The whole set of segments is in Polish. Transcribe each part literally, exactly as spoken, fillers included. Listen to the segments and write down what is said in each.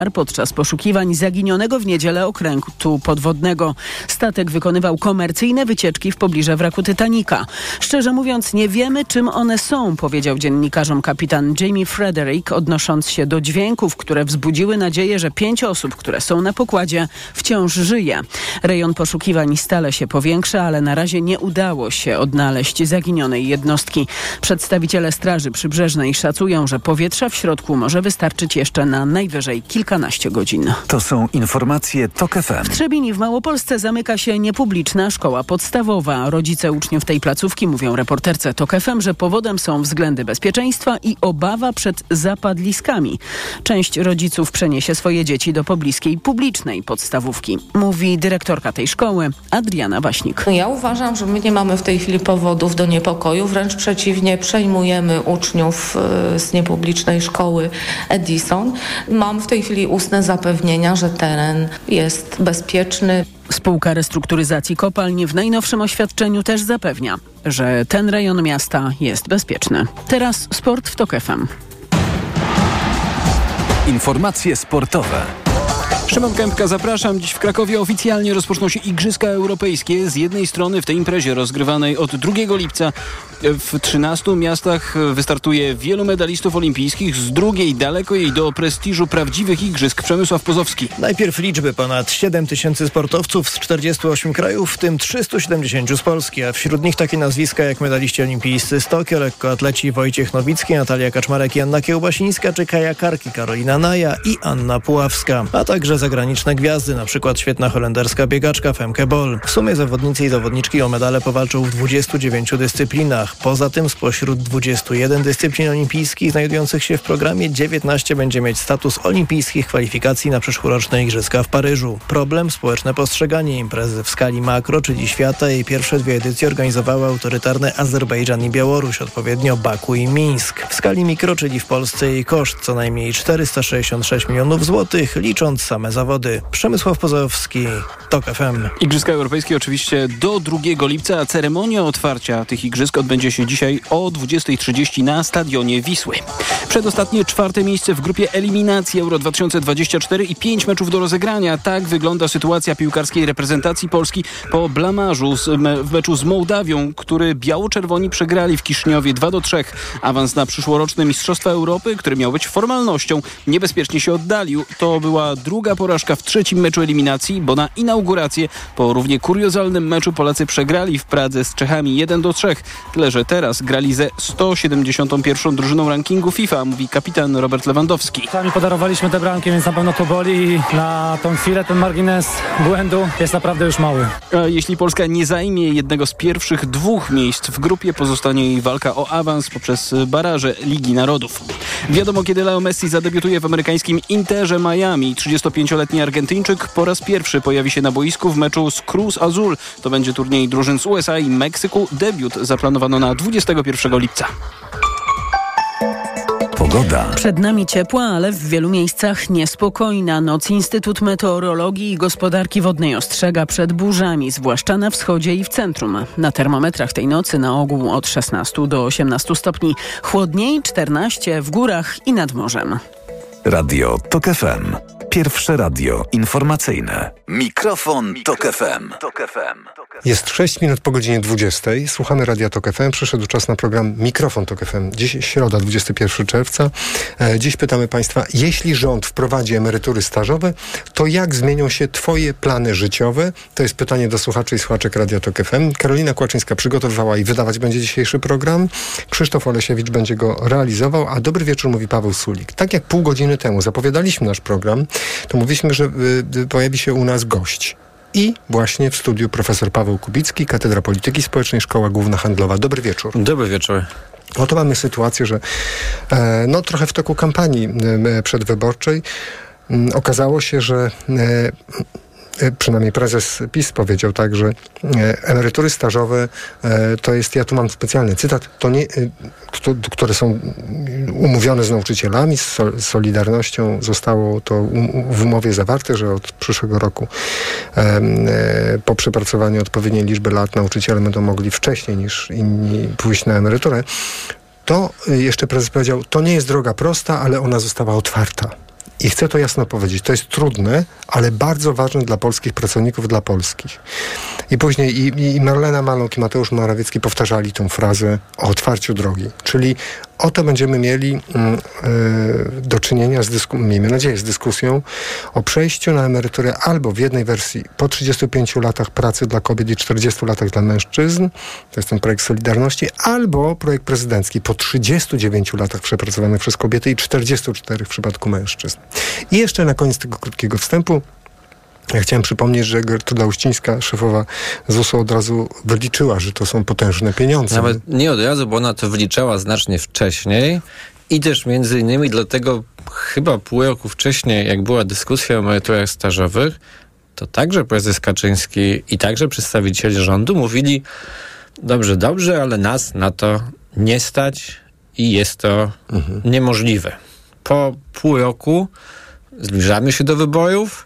podczas poszukiwań zaginionego w niedzielę okrętu podwodnego. Statek wykonywał komercyjne wycieczki w pobliżu wraku Titanica. Szczerze mówiąc, nie wiemy, czym one są, powiedział dziennikarzom kapitan Jamie Frederick, odnosząc się do dźwięków, które wzbudziły nadzieję, że pięć osób, które są na pokładzie, wciąż żyje. Rejon poszukiwań stale się powiększa, ale na razie nie udało się odnaleźć zaginionej jednostki. Przedstawiciele Straży Przybrzeżnej szacują, że powietrza w środku może wystarczyć jeszcze na najwyżej kilkanaście godzin. To są informacje TOK F M. W Trzebini w Małopolsce zamyka się niepubliczna szkoła podstawowa. Rodzice uczniów tej placówki mówią reporterce TOK F M, że powodem są względy bezpieczeństwa i obawa przed zapadliskami. Część rodziców przeniesie swoje dzieci do pobliskiej publicznej podstawówki, mówi dyrektorka tej szkoły Adriana Waśnik. Ja uważam, że my nie mamy w tej chwili powodów do niepokoju, wręcz przeciwnie, przejmujemy uczniów z niepublicznej szkoły Edison. Mam w tej chwili ustne zapewnienia, że teren jest bezpieczny. Spółka Restrukturyzacji Kopalni w najnowszym oświadczeniu też zapewnia, że ten rejon miasta jest bezpieczny. Teraz sport w TOK F M. Informacje sportowe. Szymon Kępka, zapraszam. Dziś w Krakowie oficjalnie rozpoczną się Igrzyska Europejskie. Z jednej strony w tej imprezie rozgrywanej od drugiego lipca w trzynastu miastach wystartuje wielu medalistów olimpijskich. Z drugiej daleko jej do prestiżu prawdziwych igrzysk. Przemysław Pozowski. Najpierw liczby. Ponad siedem tysięcy sportowców z czterdziestu ośmiu krajów, w tym trzystu siedemdziesięciu z Polski. A wśród nich takie nazwiska jak medaliści olimpijscy z Tokio, lekkoatleci Wojciech Nowicki, Natalia Kaczmarek i Anna Kiełbasińska, czy kajakarki Karolina Naja i Anna Puławska. A także zagraniczne gwiazdy, na przykład świetna holenderska biegaczka Femke Bol. W sumie zawodnicy i zawodniczki o medale powalczą w dwudziestu dziewięciu dyscyplinach. Poza tym spośród dwudziestu jeden dyscyplin olimpijskich znajdujących się w programie dziewiętnaście będzie mieć status olimpijskich kwalifikacji na przyszłoroczne Igrzyska w Paryżu. Problem? Społeczne postrzeganie imprezy w skali makro, czyli świata. Jej pierwsze dwie edycje organizowały autorytarne Azerbejdżan i Białoruś, odpowiednio Baku i Mińsk. W skali mikro, czyli w Polsce, jej koszt co najmniej czterysta sześćdziesiąt sześć milionów złotych, licząc same zawody. Przemysław Pozowski, TOK F M. Igrzyska Europejskie oczywiście do drugiego lipca, a ceremonia otwarcia tych igrzysk odbędzie się dzisiaj o dwudziestej trzydzieści na stadionie Wisły. Przedostatnie czwarte miejsce w grupie eliminacji Euro dwa tysiące dwadzieścia cztery i pięć meczów do rozegrania. Tak wygląda sytuacja piłkarskiej reprezentacji Polski po blamażu z me- w meczu z Mołdawią, który biało-czerwoni przegrali w Kiszyniowie dwa do trzech. Awans na przyszłoroczne Mistrzostwa Europy, który miał być formalnością, niebezpiecznie się oddalił. To była druga porażka w trzecim meczu eliminacji, bo na inaugurację po równie kuriozalnym meczu Polacy przegrali w Pradze z Czechami jeden do trzech. Tyle, że teraz grali ze sto siedemdziesiątą pierwszą drużyną rankingu FIFA, mówi kapitan Robert Lewandowski. Sami podarowaliśmy te bramki, więc na pewno to boli i na tą chwilę ten margines błędu jest naprawdę już mały. A jeśli Polska nie zajmie jednego z pierwszych dwóch miejsc w grupie, pozostanie jej walka o awans poprzez baraże Ligi Narodów. Wiadomo, kiedy Leo Messi zadebiutuje w amerykańskim Interze Miami. trzydziestopięcioletni Argentyńczyk po raz pierwszy pojawi się na boisku w meczu z Cruz Azul. To będzie turniej drużyn z U S A i Meksyku. Debiut zaplanowano na dwudziestego pierwszego lipca. Pogoda. Przed nami ciepła, ale w wielu miejscach niespokojna noc. Instytut Meteorologii i Gospodarki Wodnej ostrzega przed burzami, zwłaszcza na wschodzie i w centrum. Na termometrach tej nocy na ogół od szesnastu do osiemnastu stopni. Chłodniej czternaście w górach i nad morzem. Radio TOK F M. Pierwsze radio informacyjne. Mikrofon TOK F M. Jest sześć minut po godzinie dwudziestej. Słuchamy Radia TOK F M. Przyszedł czas na program Mikrofon TOK F M. Dziś środa, dwudziestego pierwszego czerwca. E, dziś pytamy Państwa, jeśli rząd wprowadzi emerytury stażowe, to jak zmienią się Twoje plany życiowe? To jest pytanie do słuchaczy i słuchaczek Radia TOK F M. Karolina Kłaczyńska przygotowywała i wydawać będzie dzisiejszy program. Krzysztof Olesiewicz będzie go realizował, a dobry wieczór mówi Paweł Sulik. Tak jak pół godziny temu zapowiadaliśmy nasz program, to mówiliśmy, że y, pojawi się u nas gość. I właśnie w studiu profesor Paweł Kubicki, Katedra Polityki Społecznej, Szkoła Główna Handlowa. Dobry wieczór. Dobry wieczór. Oto mamy sytuację, że e, no trochę w toku kampanii e, przedwyborczej m, okazało się, że e, przynajmniej prezes PiS powiedział tak, że emerytury stażowe to jest, ja tu mam specjalny cytat, to nie, które są umówione z nauczycielami, z Solidarnością, zostało to w umowie zawarte, że od przyszłego roku po przepracowaniu odpowiedniej liczby lat nauczyciele będą mogli wcześniej niż inni pójść na emeryturę. To jeszcze prezes powiedział, to nie jest droga prosta, ale ona została otwarta. I chcę to jasno powiedzieć. To jest trudne, ale bardzo ważne dla polskich pracowników, dla polskich. I później i, i Marlena Maląg i Mateusz Morawiecki powtarzali tą frazę o otwarciu drogi. Czyli oto będziemy mieli y, y, do czynienia z dyskusją, miejmy nadzieję, z dyskusją o przejściu na emeryturę albo w jednej wersji po trzydziestu pięciu latach pracy dla kobiet i czterdziestu latach dla mężczyzn, to jest ten projekt Solidarności, albo projekt prezydencki po trzydziestu dziewięciu latach przepracowanych przez kobiety i czterdziestu czterech w przypadku mężczyzn. I jeszcze na koniec tego krótkiego wstępu ja chciałem przypomnieć, że Gertruda Uścińska, szefowa Z U S u, od razu wyliczyła, że to są potężne pieniądze. Nawet nie od razu, bo ona to wyliczała znacznie wcześniej i też między innymi dlatego chyba pół roku wcześniej, jak była dyskusja o emeryturach stażowych, to także prezes Kaczyński i także przedstawiciele rządu mówili: dobrze, dobrze, ale nas na to nie stać i jest to mhm. niemożliwe. Po pół roku zbliżamy się do wyborów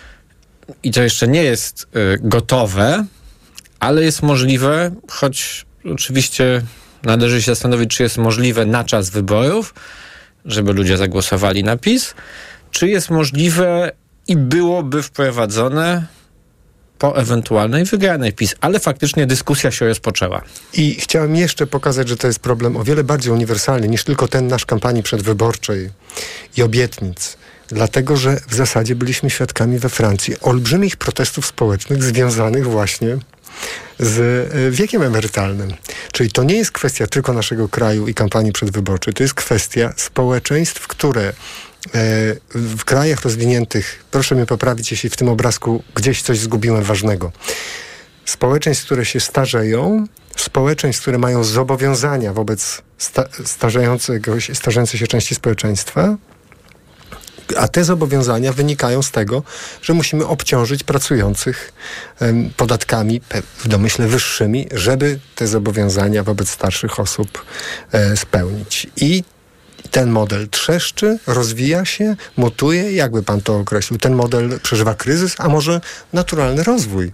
i to jeszcze nie jest y, gotowe, ale jest możliwe, choć oczywiście należy się zastanowić, czy jest możliwe na czas wyborów, żeby ludzie zagłosowali na PiS, czy jest możliwe i byłoby wprowadzone po ewentualnej wygranej PiS, ale faktycznie dyskusja się rozpoczęła. I chciałem jeszcze pokazać, że to jest problem o wiele bardziej uniwersalny niż tylko ten nasz kampanii przedwyborczej i obietnic. Dlatego, że w zasadzie byliśmy świadkami we Francji olbrzymich protestów społecznych związanych właśnie z wiekiem emerytalnym. Czyli to nie jest kwestia tylko naszego kraju i kampanii przedwyborczej, to jest kwestia społeczeństw, które w krajach rozwiniętych, proszę mnie poprawić, jeśli w tym obrazku gdzieś coś zgubiłem ważnego, społeczeństw, które się starzeją, społeczeństw, które mają zobowiązania wobec sta- starzejącego, starzejącej się części społeczeństwa, a te zobowiązania wynikają z tego, że musimy obciążyć pracujących um, podatkami, w domyśle wyższymi, żeby te zobowiązania wobec starszych osób e, spełnić. I ten model trzeszczy, rozwija się, mutuje. Jakby pan to określił? Ten model przeżywa kryzys, a może naturalny rozwój?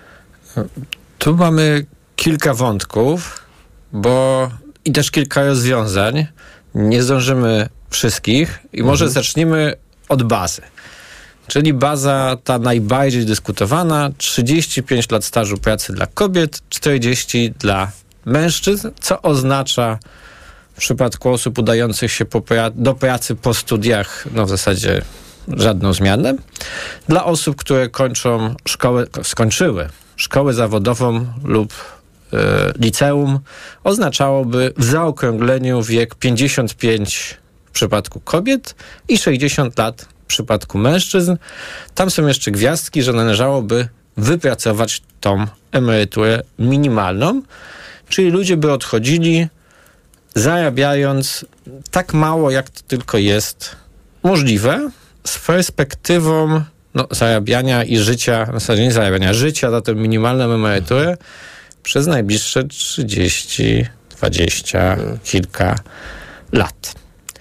Tu mamy kilka wątków, bo i też kilka rozwiązań. Nie zdążymy wszystkich i może mhm. zacznijmy od bazy. Czyli baza ta najbardziej dyskutowana, trzydzieści pięć lat stażu pracy dla kobiet, czterdzieści dla mężczyzn, co oznacza w przypadku osób udających się po pra- do pracy po studiach, no w zasadzie żadną zmianę. Dla osób, które kończą szkołę, skończyły szkołę zawodową lub y, liceum, oznaczałoby w zaokrągleniu wiek pięćdziesiąt pięć w przypadku kobiet i sześćdziesiąt lat w przypadku mężczyzn. Tam są jeszcze gwiazdki, że należałoby wypracować tą emeryturę minimalną, czyli ludzie by odchodzili zarabiając tak mało, jak to tylko jest możliwe, z perspektywą no, zarabiania i życia, w zasadzie nie zarabiania, życia za tę minimalną emeryturę przez najbliższe trzydzieści, dwadzieścia, kilka lat.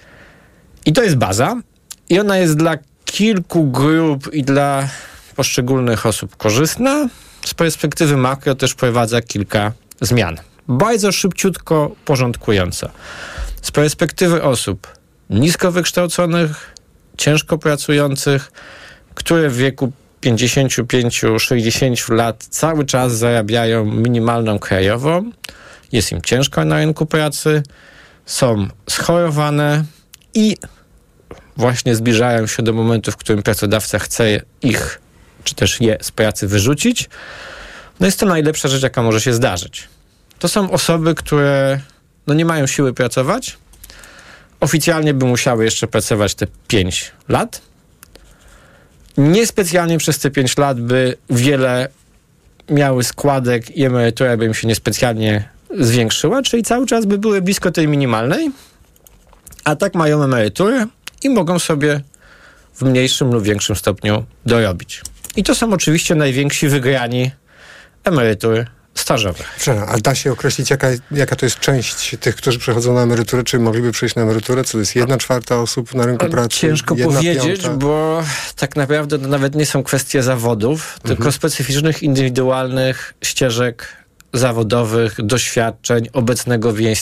I to jest baza i ona jest dla kilku grup i dla poszczególnych osób korzystna. Z perspektywy makro też wprowadza kilka zmian. Bardzo szybciutko porządkująca. Z perspektywy osób nisko wykształconych, ciężko pracujących, które w wieku pięćdziesięciu pięciu, sześćdziesięciu lat cały czas zarabiają minimalną krajową, jest im ciężko na rynku pracy, są schorowane i właśnie zbliżają się do momentu, w którym pracodawca chce ich, czy też je z pracy wyrzucić. No jest to najlepsza rzecz, jaka może się zdarzyć. To są osoby, które no nie mają siły pracować. Oficjalnie by musiały jeszcze pracować te pięć lat. Niespecjalnie przez te pięć lat by wiele miały składek i emerytura by im się niespecjalnie zwiększyła, czyli cały czas by były blisko tej minimalnej, a tak mają emeryturę i mogą sobie w mniejszym lub większym stopniu dorobić. I to są oczywiście najwięksi wygrani emerytur stażowych. A da się określić, jaka, jaka to jest część tych, którzy przechodzą na emeryturę, czy mogliby przejść na emeryturę? Co to jest jedna czwarta osób na rynku pracy? Ciężko powiedzieć, piąta? Bo tak naprawdę to nawet nie są kwestie zawodów, mhm. tylko specyficznych, indywidualnych ścieżek zawodowych, doświadczeń, obecnego miejsca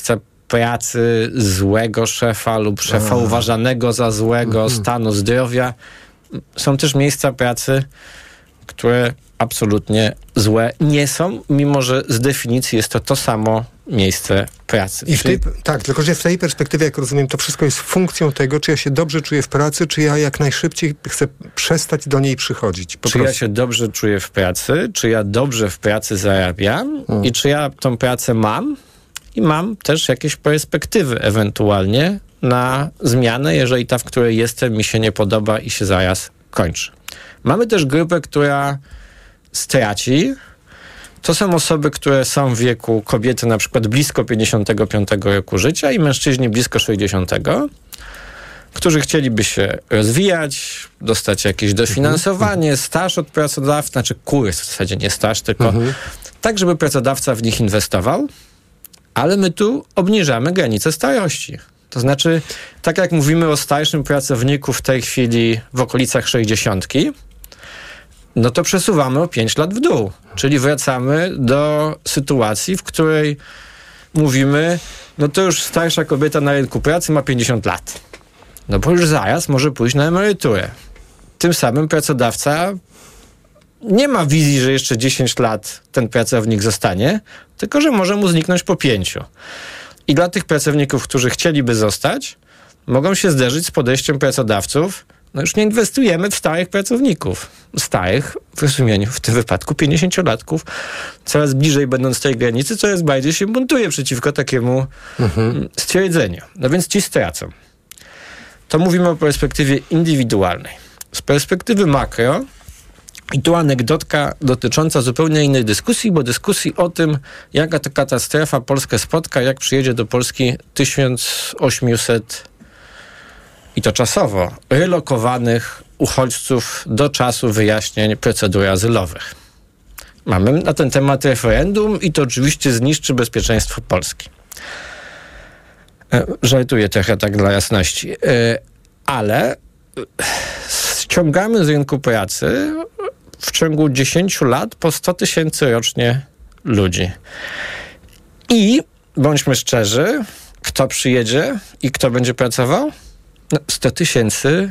pracy złego szefa lub szefa A. uważanego za złego, mhm. stanu zdrowia. Są też miejsca pracy, które absolutnie złe nie są, mimo że z definicji jest to to samo miejsce pracy. I w tej, tak, tylko że w tej perspektywie, jak rozumiem, to wszystko jest funkcją tego, czy ja się dobrze czuję w pracy, czy ja jak najszybciej chcę przestać do niej przychodzić. Po czy prostu. ja się dobrze czuję w pracy, czy ja dobrze w pracy zarabiam hmm. i czy ja tą pracę mam i mam też jakieś perspektywy ewentualnie na zmianę, jeżeli ta, w której jestem, mi się nie podoba i się zaraz kończy. Mamy też grupę, która straci. To są osoby, które są w wieku kobiety na przykład blisko pięćdziesiątego piątego roku życia i mężczyźni blisko sześćdziesiątego, którzy chcieliby się rozwijać, dostać jakieś dofinansowanie, mhm. staż od pracodawcy, znaczy kurs w zasadzie, nie staż, tylko mhm. tak, żeby pracodawca w nich inwestował, ale my tu obniżamy granicę starości. To znaczy, tak jak mówimy o starszym pracowniku w tej chwili w okolicach sześćdziesiątki, no to przesuwamy o pięć lat w dół. Czyli wracamy do sytuacji, w której mówimy, no to już starsza kobieta na rynku pracy ma pięćdziesiąt lat. No bo już zaraz może pójść na emeryturę. Tym samym pracodawca nie ma wizji, że jeszcze dziesięć lat ten pracownik zostanie, tylko że może mu zniknąć po pięciu. I dla tych pracowników, którzy chcieliby zostać, mogą się zderzyć z podejściem pracodawców, no już nie inwestujemy w starych pracowników. Starych, w rozumieniu, w tym wypadku pięćdziesięciolatków, coraz bliżej będąc tej granicy, coraz bardziej się buntuje przeciwko takiemu mhm. stwierdzeniu. No więc ci stracą. To mówimy o perspektywie indywidualnej. Z perspektywy makro, i tu anegdotka dotycząca zupełnie innej dyskusji, bo dyskusji o tym, jaka to katastrofa Polskę spotka, jak przyjedzie do Polski tysiąc osiemset i to czasowo, relokowanych uchodźców do czasu wyjaśnień procedur azylowych. Mamy na ten temat referendum i to oczywiście zniszczy bezpieczeństwo Polski. Żartuję trochę tak dla jasności. Ale ściągamy z rynku pracy w ciągu dziesięciu lat po sto tysięcy rocznie ludzi. I bądźmy szczerzy, kto przyjedzie i kto będzie pracował? No, sto tysięcy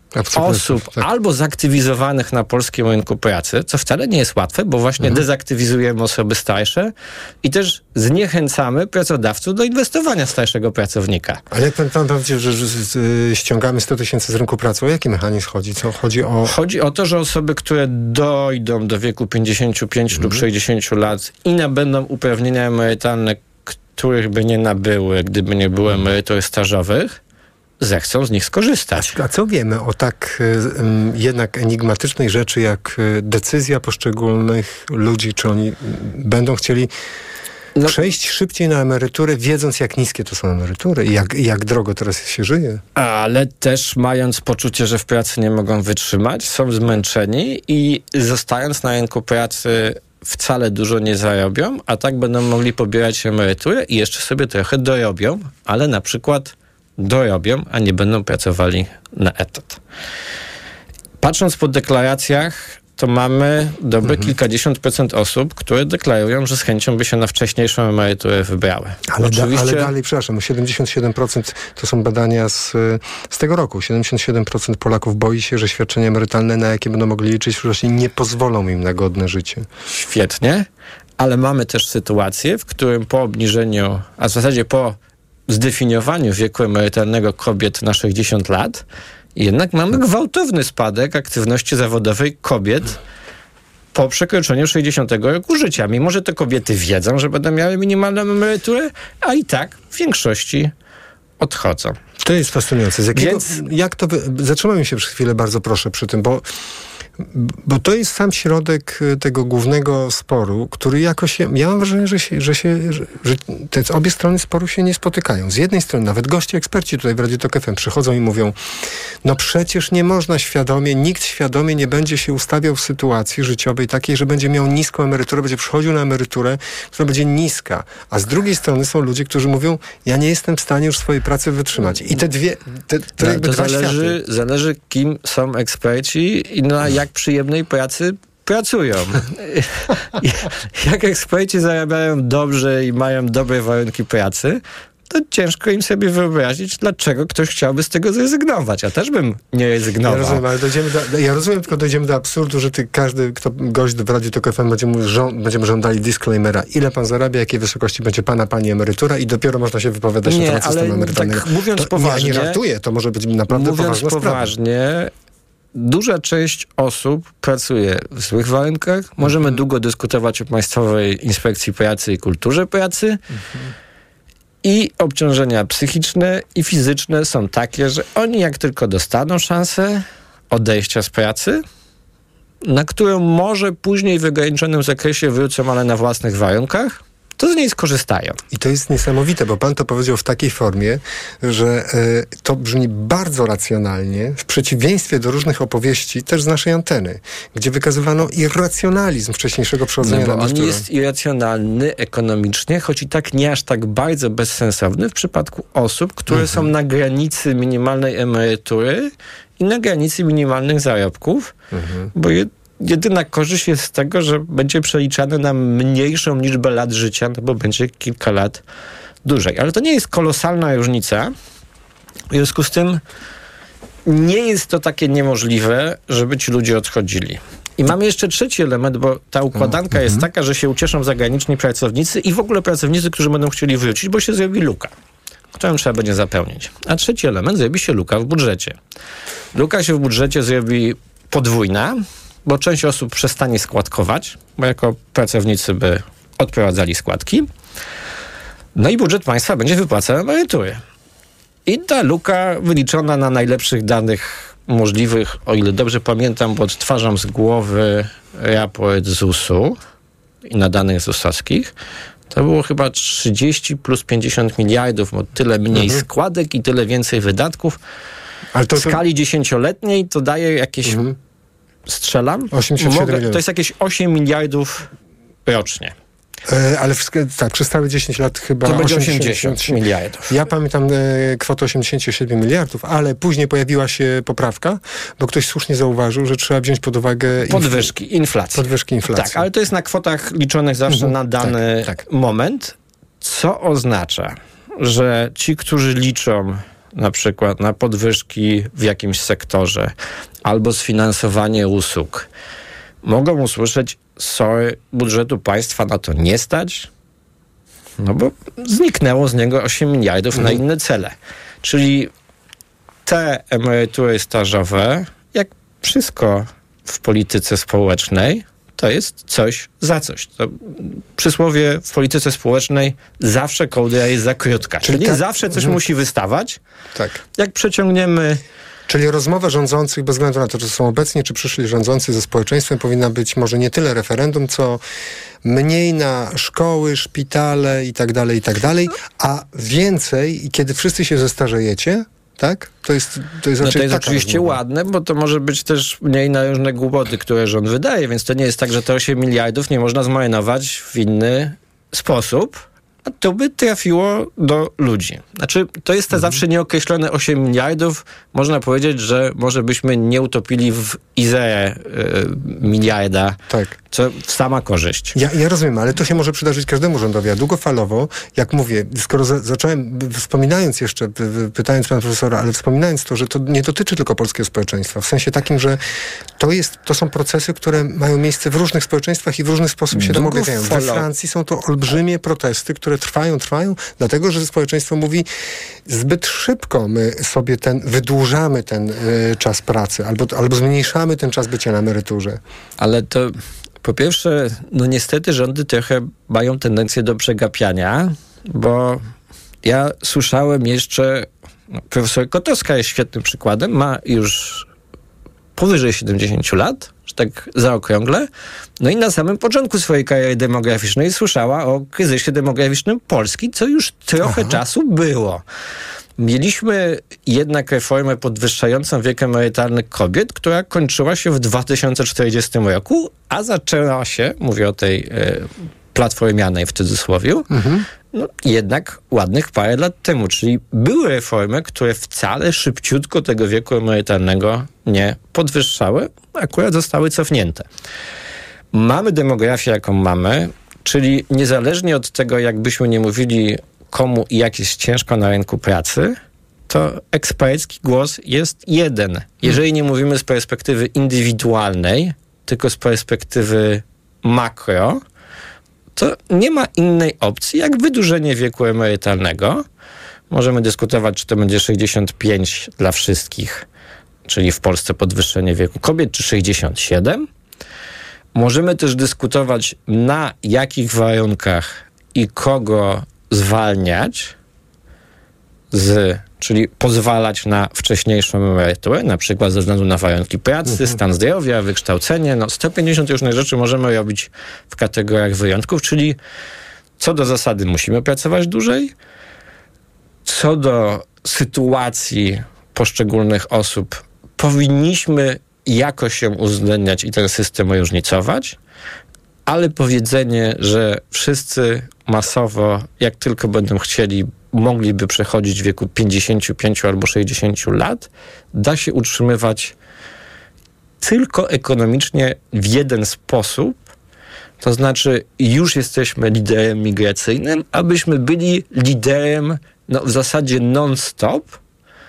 osób tak. albo zaktywizowanych na polskim rynku pracy, co wcale nie jest łatwe, bo właśnie mhm. dezaktywizujemy osoby starsze i też zniechęcamy pracodawców do inwestowania w starszego pracownika. Ale jak pan, pan powiedział, że, że, że ściągamy sto tysięcy z rynku pracy, o jaki mechanizm chodzi? Co chodzi o... Chodzi o to, że osoby, które dojdą do wieku pięćdziesięciu pięciu mhm. lub sześćdziesięciu lat i nabędą uprawnienia emerytalne, których by nie nabyły, gdyby nie było emerytur stażowych, zechcą z nich skorzystać. A co wiemy o tak y, jednak enigmatycznej rzeczy, jak y, decyzja poszczególnych ludzi, czy oni y, będą chcieli no, przejść szybciej na emeryturę, wiedząc, jak niskie to są emerytury i jak, jak drogo teraz się żyje? Ale też mając poczucie, że w pracy nie mogą wytrzymać, są zmęczeni i zostając na rynku pracy wcale dużo nie zarobią, a tak będą mogli pobierać emeryturę i jeszcze sobie trochę dorobią, ale na przykład dorobią, a nie będą pracowali na etat. Patrząc po deklaracjach, to mamy dobre mhm. kilkadziesiąt procent osób, które deklarują, że z chęcią by się na wcześniejszą emeryturę wybrały. Ale, Oczywiście... da, ale dalej, przepraszam, siedemdziesiąt siedem procent to są badania z, z tego roku. siedemdziesiąt siedem procent Polaków boi się, że świadczenia emerytalne, na jakie będą mogli liczyć, wcześniej nie pozwolą im na godne życie. Świetnie, ale mamy też sytuację, w którym po obniżeniu, a w zasadzie po zdefiniowaniu wieku emerytalnego kobiet na sześćdziesiąt lat, jednak mamy gwałtowny spadek aktywności zawodowej kobiet po przekroczeniu sześćdziesiątego roku życia. Mimo że te kobiety wiedzą, że będą miały minimalną emeryturę, a i tak w większości odchodzą. To jest fascynujące. Z jakiego, Więc... Jak to wy... Zatrzymajmy się przez chwilę, bardzo proszę, przy tym, bo Bo to jest sam środek tego głównego sporu, który jakoś, ja mam wrażenie, że, się, że, się, że, że te obie strony sporu się nie spotykają. Z jednej strony nawet goście, eksperci tutaj w Radiu Tok F M przychodzą i mówią, no przecież nie można świadomie, nikt świadomie nie będzie się ustawiał w sytuacji życiowej takiej, że będzie miał niską emeryturę, będzie przychodził na emeryturę, która będzie niska. A z drugiej strony są ludzie, którzy mówią, ja nie jestem w stanie już swojej pracy wytrzymać. I te dwie, te, te no, jakby to dwa zależy, światy. zależy, kim są eksperci i na jak przyjemnej pracy pracują. Jak eksperci zarabiają dobrze i mają dobre warunki pracy, to ciężko im sobie wyobrazić, dlaczego ktoś chciałby z tego zrezygnować. Ja też bym nie rezygnował. Ja rozumiem, ale dojdziemy do, ja rozumiem, tylko dojdziemy do absurdu, że ty, każdy kto gość w Radiu Tok F M będzie mówił, że będziemy żądali disclaimera, ile pan zarabia, jakiej wysokości będzie pana, pani emerytura i dopiero można się wypowiadać nie, na temat systemu emerytalnego. Tak mówiąc to, poważnie, ja nie żartuję, to może być naprawdę mówiąc poważna poważnie, sprawa. Duża część osób pracuje w złych warunkach. Możemy mhm. długo dyskutować o Państwowej Inspekcji Pracy i kulturze pracy. Mhm. I obciążenia psychiczne i fizyczne są takie, że oni jak tylko dostaną szansę odejścia z pracy, na którą może później w ograniczonym zakresie wrócą, ale na własnych warunkach, to z niej skorzystają. I to jest niesamowite, bo pan to powiedział w takiej formie, że y, to brzmi bardzo racjonalnie, w przeciwieństwie do różnych opowieści, też z naszej anteny, gdzie wykazywano irracjonalizm wcześniejszego przechodzenia no, na bo on emeryturę. jest irracjonalny ekonomicznie, choć i tak nie aż tak bardzo bezsensowny w przypadku osób, które mhm. są na granicy minimalnej emerytury i na granicy minimalnych zarobków, mhm. bo je, jedyna korzyść jest z tego, że będzie przeliczane na mniejszą liczbę lat życia, no bo będzie kilka lat dłużej. Ale to nie jest kolosalna różnica. W związku z tym nie jest to takie niemożliwe, żeby ci ludzie odchodzili. I mamy jeszcze trzeci element, bo ta układanka no, jest mm-hmm. taka, że się ucieszą zagraniczni pracownicy i w ogóle pracownicy, którzy będą chcieli wrócić, bo się zrobi luka, którą trzeba będzie zapełnić. A trzeci element, zrobi się luka w budżecie. Luka się w budżecie zrobi podwójna, bo część osób przestanie składkować, bo jako pracownicy by odprowadzali składki. No i budżet państwa będzie wypłacał emerytury. I ta luka wyliczona na najlepszych danych możliwych, o ile dobrze pamiętam, bo odtwarzam z głowy raport Z U S u i na danych zusowskich, to było chyba trzydzieści plus pięćdziesiąt miliardów, bo tyle mniej mhm. składek i tyle więcej wydatków. Ale to, to... w skali dziesięcioletniej to daje jakieś... Mhm. Strzelam? osiemdziesiąt siedem Mogę, to jest jakieś osiem miliardów rocznie. E, ale w, tak, przez całe dziesięć lat chyba to będzie osiemdziesiąt miliardów. Ja pamiętam e, kwotę osiemdziesiąt siedem miliardów, ale później pojawiła się poprawka, bo ktoś słusznie zauważył, że trzeba wziąć pod uwagę... Inf- podwyżki inflacji. Podwyżki inflacji. Tak, ale to jest na kwotach liczonych zawsze mhm. na dany tak, tak. moment, co oznacza, że ci, którzy liczą na przykład na podwyżki w jakimś sektorze albo sfinansowanie usług, mogą usłyszeć, sorry, budżetu państwa na to nie stać, no bo zniknęło z niego osiem miliardów mm. na inne cele. Czyli te emerytury stażowe, jak wszystko w polityce społecznej, to jest coś za coś. To przysłowie w polityce społecznej zawsze kołdra jest za krótka. Czyli, Czyli tak, zawsze coś mm. musi wystawać. Tak. Jak przeciągniemy... Czyli rozmowa rządzących, bez względu na to, czy są obecni, czy przyszli rządzący ze społeczeństwem, powinna być może nie tyle referendum, co mniej na szkoły, szpitale i tak dalej, i tak dalej, a więcej, i kiedy wszyscy się zestarzejecie, tak? To jest, to jest, no to jest oczywiście rozmowa. Ładne, bo to może być też mniej na różne głupoty, które rząd wydaje, więc to nie jest tak, że te osiem miliardów nie można zmarynować w inny sposób, a to by trafiło do ludzi. Znaczy, to jest te mhm. zawsze nieokreślone osiem miliardów. Można powiedzieć, że może byśmy nie utopili w Izere yy, miliarda, tak. co sama korzyść. Ja, ja rozumiem, ale to się może przydarzyć każdemu rządowi, a długofalowo, jak mówię, skoro za, zacząłem, wspominając jeszcze, pytając pana profesora, ale wspominając to, że to nie dotyczy tylko polskiego społeczeństwa, w sensie takim, że to, jest, to są procesy, które mają miejsce w różnych społeczeństwach i w różny sposób się tam objawiają. We Francji są to olbrzymie protesty, które trwają, trwają, dlatego, że społeczeństwo mówi, zbyt szybko my sobie ten, wydłużamy ten y, czas pracy, albo, albo zmniejszamy ten czas bycia na emeryturze. Ale to po pierwsze, no niestety rządy trochę mają tendencję do przegapiania, bo ja słyszałem jeszcze, no, profesor Kotowska jest świetnym przykładem, ma już powyżej siedemdziesiąt lat, że tak zaokrągle, no i na samym początku swojej kariery demograficznej słyszała o kryzysie demograficznym Polski, co już trochę Aha. czasu było. Mieliśmy jednak reformę podwyższającą wiek emerytalny kobiet, która kończyła się w dwa tysiące czterdziestym roku, a zaczęła się, mówię o tej e, platformianej w cudzysłowie, mhm. no, jednak ładnych parę lat temu. Czyli były reformy, które wcale szybciutko tego wieku emerytalnego nie podwyższały, akurat zostały cofnięte. Mamy demografię, jaką mamy, czyli niezależnie od tego, jakbyśmy nie mówili, komu i jak jest ciężko na rynku pracy, to ekspercki głos jest jeden. Jeżeli nie mówimy z perspektywy indywidualnej, tylko z perspektywy makro, to nie ma innej opcji jak wydłużenie wieku emerytalnego. Możemy dyskutować, czy to będzie sześćdziesiąt pięć dla wszystkich, czyli w Polsce podwyższenie wieku kobiet, czy sześćdziesiąt siedem. Możemy też dyskutować, na jakich warunkach i kogo zwalniać, z, czyli pozwalać na wcześniejszą emeryturę, na przykład ze względu na warunki pracy, mhm. stan zdrowia, wykształcenie. No sto pięćdziesiąt różnych rzeczy możemy robić w kategoriach wyjątków, czyli co do zasady musimy pracować dłużej, co do sytuacji poszczególnych osób powinniśmy jakoś się uwzględniać i ten system różnicować, ale powiedzenie, że wszyscy masowo, jak tylko będą chcieli, mogliby przechodzić w wieku pięćdziesięciu pięciu albo sześćdziesięciu lat, da się utrzymywać tylko ekonomicznie w jeden sposób, to znaczy już jesteśmy liderem migracyjnym, abyśmy byli liderem no, w zasadzie non-stop.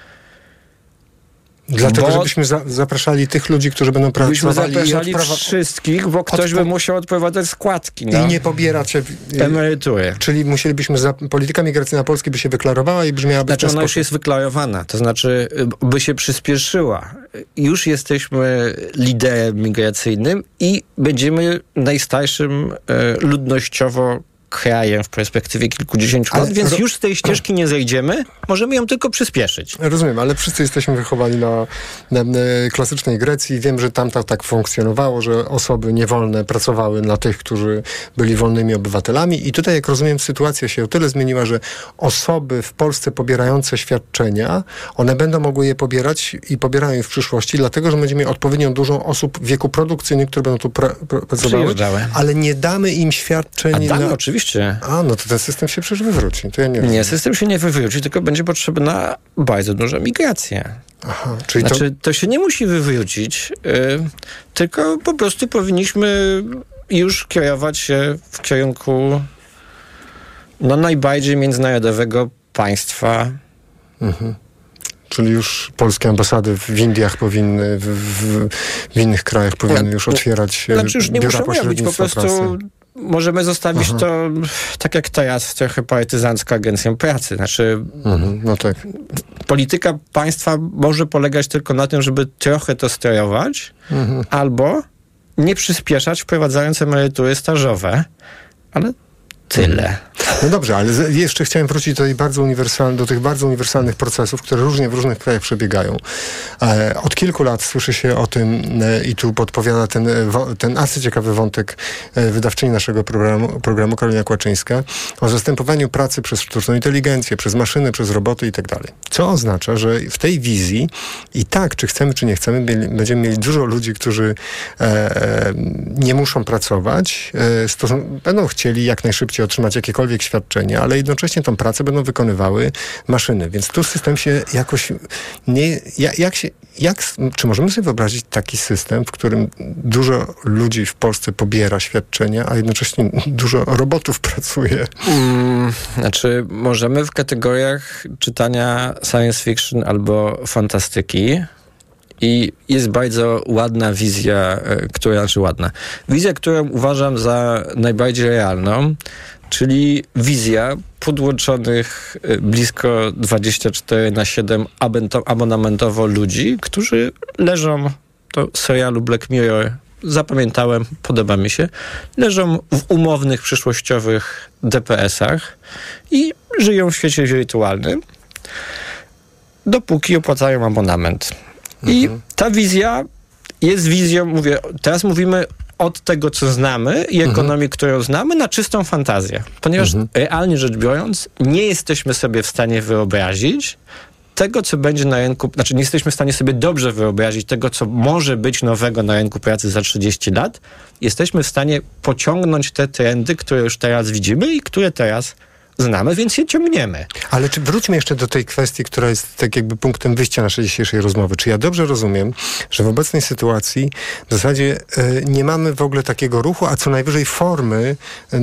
Dlatego, bo żebyśmy za, zapraszali tych ludzi, którzy będą pracowali. zapraszali i odprawa- wszystkich, bo ktoś odpo- by musiał odprowadzać składki. No. I nie pobierać emerytury. Czyli musielibyśmy, za, polityka migracyjna Polski by się wyklarowała i brzmiałaby Znaczy w ten ona sposób. już jest wyklarowana, to znaczy by się przyspieszyła. Już jesteśmy liderem migracyjnym i będziemy najstarszym e, ludnościowo krajem w perspektywie kilkudziesięciu lat, więc ro- już z tej ścieżki nie zejdziemy, możemy ją tylko przyspieszyć. Rozumiem, ale wszyscy jesteśmy wychowani na, na, na klasycznej Grecji. Wiem, że tam to tak funkcjonowało, że osoby niewolne pracowały na tych, którzy byli wolnymi obywatelami i tutaj, jak rozumiem, sytuacja się o tyle zmieniła, że osoby w Polsce pobierające świadczenia, one będą mogły je pobierać i pobierają je w przyszłości, dlatego, że będziemy mieli odpowiednią dużą osób w wieku produkcyjnym, które będą tu pra- pra- pracowały, ale nie damy im świadczeń. A damy na... oczywiście. A, no to ten system się przecież wywróci. To ja nie rozumiem. Nie, system się nie wywróci, tylko będzie potrzebna bardzo duża migracja. Aha, czyli znaczy, to... to się nie musi wywrócić, yy, tylko po prostu powinniśmy już kierować się w kierunku no, najbardziej międzynarodowego państwa. Mhm. Czyli już polskie ambasady w Indiach powinny, w, w, w innych krajach powinny już otwierać znaczy już nie biura muszą robić, po prostu pracy. Możemy zostawić Aha. to tak jak teraz, trochę partyzancko agencją pracy. Znaczy, mhm, no tak. polityka państwa może polegać tylko na tym, żeby trochę to sterować, mhm. albo nie przyspieszać, wprowadzając emerytury stażowe, ale tyle. No dobrze, ale jeszcze chciałem wrócić do, tej bardzo uniwersal, do tych bardzo uniwersalnych procesów, które różnie w różnych krajach przebiegają. E, od kilku lat słyszy się o tym e, i tu podpowiada ten, wo, ten assez ciekawy wątek e, wydawczyni naszego programu, programu Karolina Kłaczyńska, o zastępowaniu pracy przez sztuczną inteligencję, przez maszyny, przez roboty i tak dalej. Co oznacza, że w tej wizji i tak, czy chcemy, czy nie chcemy, mieli, będziemy mieli dużo ludzi, którzy e, nie muszą pracować, e, stosun- będą chcieli jak najszybciej otrzymać jakiekolwiek świadczenie, ale jednocześnie tą pracę będą wykonywały maszyny. Więc tu system się jakoś nie... Jak, jak się, jak, czy możemy sobie wyobrazić taki system, w którym dużo ludzi w Polsce pobiera świadczenia, a jednocześnie dużo robotów pracuje? Mm, znaczy, możemy w kategoriach czytania science fiction albo fantastyki i jest bardzo ładna wizja, która, znaczy ładna, wizja, którą uważam za najbardziej realną, czyli wizja podłączonych blisko dwadzieścia cztery na siedem abonamentowo ludzi, którzy leżą, to serialu Black Mirror zapamiętałem, podoba mi się, leżą w umownych, przyszłościowych D P S-ach i żyją w świecie wirtualnym, dopóki opłacają abonament. I ta wizja jest wizją, mówię, teraz mówimy od tego, co znamy i ekonomię, mhm. którą znamy, na czystą fantazję. Ponieważ mhm. realnie rzecz biorąc, nie jesteśmy sobie w stanie wyobrazić tego, co będzie na rynku, znaczy nie jesteśmy w stanie sobie dobrze wyobrazić tego, co może być nowego na rynku pracy za trzydzieści lat. Jesteśmy w stanie pociągnąć te trendy, które już teraz widzimy i które teraz znamy, więc je ciągniemy. Ale czy wróćmy jeszcze do tej kwestii, która jest tak jakby punktem wyjścia naszej dzisiejszej rozmowy. Czy ja dobrze rozumiem, że w obecnej sytuacji w zasadzie e, nie mamy w ogóle takiego ruchu, a co najwyżej formy e,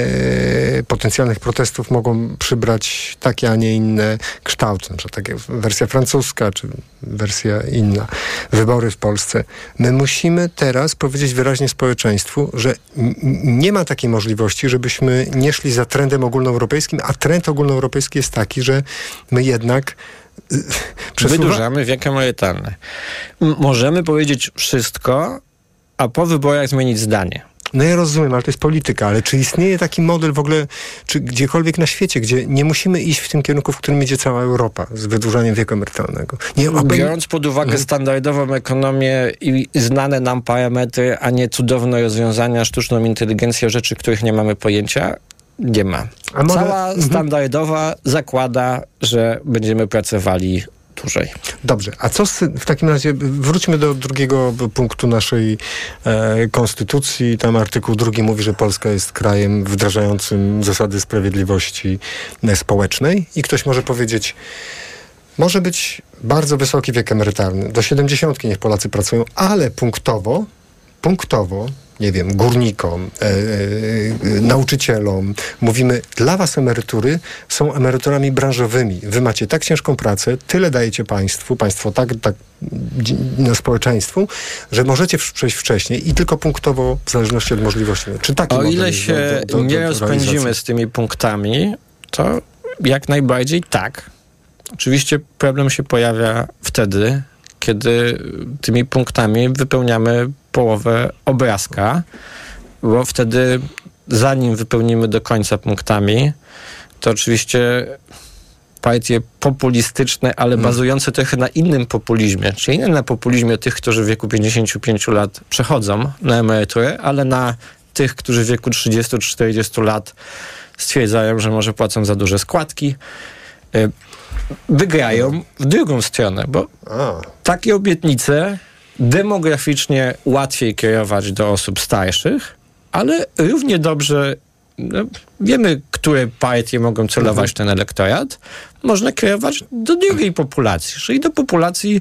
potencjalnych protestów mogą przybrać takie, a nie inne kształty. Na przykład taka wersja francuska, czy wersja inna. Wybory w Polsce. My musimy teraz powiedzieć wyraźnie społeczeństwu, że n- nie ma takiej możliwości, żebyśmy nie szli za trendem ogólnoeuropejskim, a trend ogólnoeuropejski jest taki, że my jednak y, przesuwa... wydłużamy wiek emerytalny. M- możemy powiedzieć wszystko, a po wyborach zmienić zdanie. No ja rozumiem, ale to jest polityka, ale czy istnieje taki model w ogóle, czy gdziekolwiek na świecie, gdzie nie musimy iść w tym kierunku, w którym idzie cała Europa, z wydłużaniem wieku emerytalnego? Nie, obej... Biorąc pod uwagę standardową ekonomię i znane nam parametry, a nie cudowne rozwiązania, sztuczną inteligencję o rzeczy, których nie mamy pojęcia, nie ma. A może... Cała mhm. standardowa zakłada, że będziemy pracowali dłużej. Dobrze, a co z, w takim razie, wróćmy do drugiego punktu naszej e, konstytucji. Tam artykuł drugi mówi, że Polska jest krajem wdrażającym zasady sprawiedliwości e, społecznej i ktoś może powiedzieć, może być bardzo wysoki wiek emerytalny, do siedemdziesiątki niech Polacy pracują, ale punktowo, punktowo, nie wiem, górnikom, e, e, nauczycielom, mówimy, dla was emerytury są emeryturami branżowymi. Wy macie tak ciężką pracę, tyle dajecie państwu, państwo tak, tak no, społeczeństwu, że możecie przejść wcześniej i tylko punktowo, w zależności od możliwości. Czy taki O model ile jest się do, do, do, nie do rozpędzimy realizacji? z tymi punktami, to jak najbardziej tak. Oczywiście problem się pojawia wtedy, kiedy tymi punktami wypełniamy połowę obrazka, bo wtedy zanim wypełnimy do końca punktami, to oczywiście partie populistyczne, ale hmm. bazujące trochę na innym populizmie, czyli nie na populizmie tych, którzy w wieku pięćdziesięciu pięciu lat przechodzą na emeryturę, ale na tych, którzy w wieku trzydziestu czterdziestu lat stwierdzają, że może płacą za duże składki, wygrają w drugą stronę, bo A. takie obietnice demograficznie łatwiej kierować do osób starszych, ale równie dobrze no, wiemy, które partie mogą celować w ten elektorat, można kierować do drugiej populacji, czyli do populacji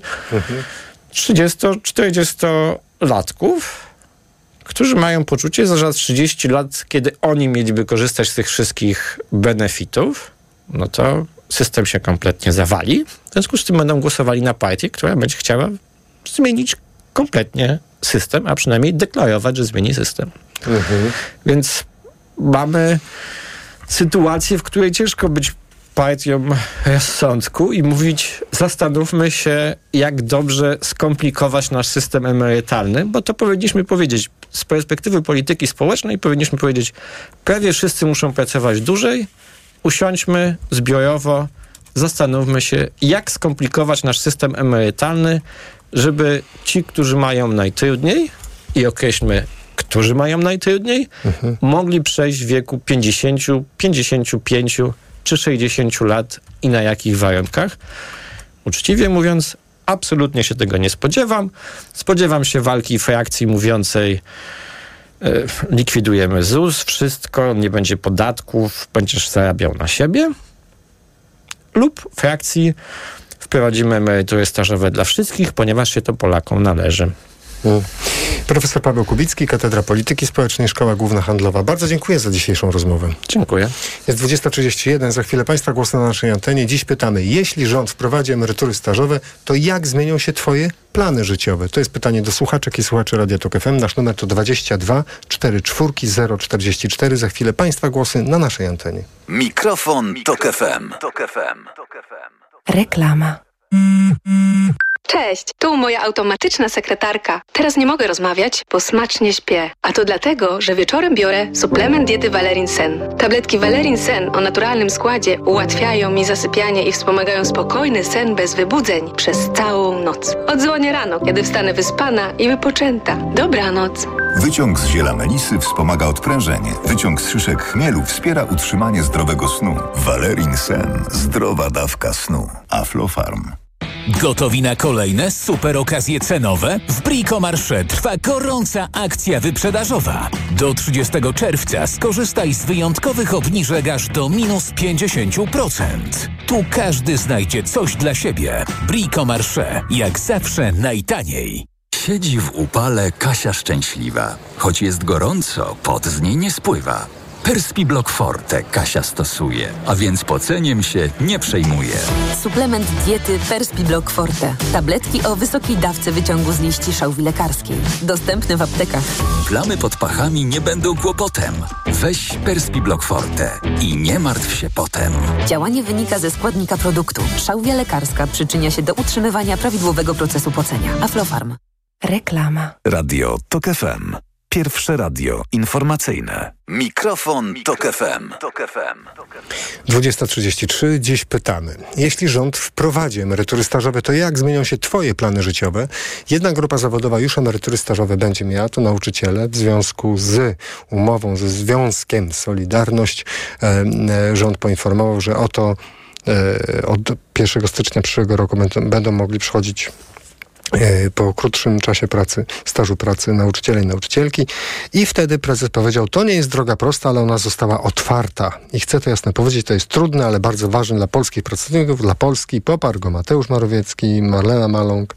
trzydziesto-czterdziestolatków, którzy mają poczucie, że za trzydzieści lat, kiedy oni mieliby korzystać z tych wszystkich benefitów, no to system się kompletnie zawali. W związku z tym będą głosowali na partię, która będzie chciała zmienić kompletnie system, a przynajmniej deklarować, że zmieni system. Mhm. Więc mamy sytuację, w której ciężko być partią rozsądku i mówić, zastanówmy się, jak dobrze skomplikować nasz system emerytalny, bo to powinniśmy powiedzieć z perspektywy polityki społecznej, powinniśmy powiedzieć, prawie wszyscy muszą pracować dłużej, usiądźmy zbiorowo, zastanówmy się, jak skomplikować nasz system emerytalny, żeby ci, którzy mają najtrudniej, i określmy, którzy mają najtrudniej, mhm. mogli przejść w wieku pięćdziesięciu, pięćdziesięciu pięciu czy sześćdziesięciu lat i na jakich warunkach. Uczciwie mówiąc, absolutnie się tego nie spodziewam. Spodziewam się walki frakcji mówiącej e, likwidujemy Z U S, wszystko, nie będzie podatków, będziesz zarabiał na siebie. Lub frakcji wprowadzimy emerytury stażowe dla wszystkich, ponieważ się to Polakom należy. Hmm. Profesor Paweł Kubicki, Katedra Polityki Społecznej, Szkoła Główna Handlowa. Bardzo dziękuję za dzisiejszą rozmowę. Dziękuję. Jest dwudziesta trzydzieści jeden. Za chwilę Państwa głos na naszej antenie. Dziś pytamy, jeśli rząd wprowadzi emerytury stażowe, to jak zmienią się Twoje plany życiowe? To jest pytanie do słuchaczek i słuchaczy Radia Tok F M. Nasz numer to dwadzieścia dwa czterdzieści cztery zero czterdzieści cztery. Za chwilę Państwa głosy na naszej antenie. Mikrofon Tok F M. Reklama. Cześć, tu moja automatyczna sekretarka. Teraz nie mogę rozmawiać, bo smacznie śpię. A to dlatego, że wieczorem biorę suplement diety Valerin Sen. Tabletki Valerin Sen o naturalnym składzie ułatwiają mi zasypianie i wspomagają spokojny sen bez wybudzeń przez całą noc. Odzwonię rano, kiedy wstanę wyspana i wypoczęta. Dobranoc. Wyciąg z ziela melisy wspomaga odprężenie. Wyciąg z szyszek chmielu wspiera utrzymanie zdrowego snu. Valerin Sen. Zdrowa dawka snu. Aflofarm. Gotowi na kolejne super okazje cenowe? W Bricomarché trwa gorąca akcja wyprzedażowa. Do trzydziestego czerwca skorzystaj z wyjątkowych obniżek aż do minus pięćdziesiąt procent. Tu każdy znajdzie coś dla siebie. Bricomarché. Jak zawsze najtaniej. Siedzi w upale Kasia szczęśliwa. Choć jest gorąco, pot z niej nie spływa. Perspiblock Forte Kasia stosuje, a więc poceniem się nie przejmuje. Suplement diety Perspiblock Forte. Tabletki o wysokiej dawce wyciągu z liści szałwi lekarskiej. Dostępne w aptekach. Plamy pod pachami nie będą kłopotem. Weź Perspiblock Forte i nie martw się potem. Działanie wynika ze składnika produktu. Szałwia lekarska przyczynia się do utrzymywania prawidłowego procesu pocenia. Aflofarm. Reklama. Radio TOK F M. Pierwsze radio informacyjne. Mikrofon TOK F M. dwudziesta trzydzieści trzy. Dziś pytamy. Jeśli rząd wprowadzi emerytury stażowe, to jak zmienią się Twoje plany życiowe? Jedna grupa zawodowa już emerytury stażowe będzie miała, to nauczyciele. W związku z umową, ze Związkiem Solidarność e, e, rząd poinformował, że oto e, od pierwszego stycznia przyszłego roku będą, będą mogli przychodzić po krótszym czasie pracy, stażu pracy nauczyciele i nauczycielki i wtedy prezes powiedział, to nie jest droga prosta, ale ona została otwarta i chcę to jasno powiedzieć, to jest trudne, ale bardzo ważne dla polskich pracowników, dla Polski. Poparł go Mateusz Morawiecki, Marlena Maląg,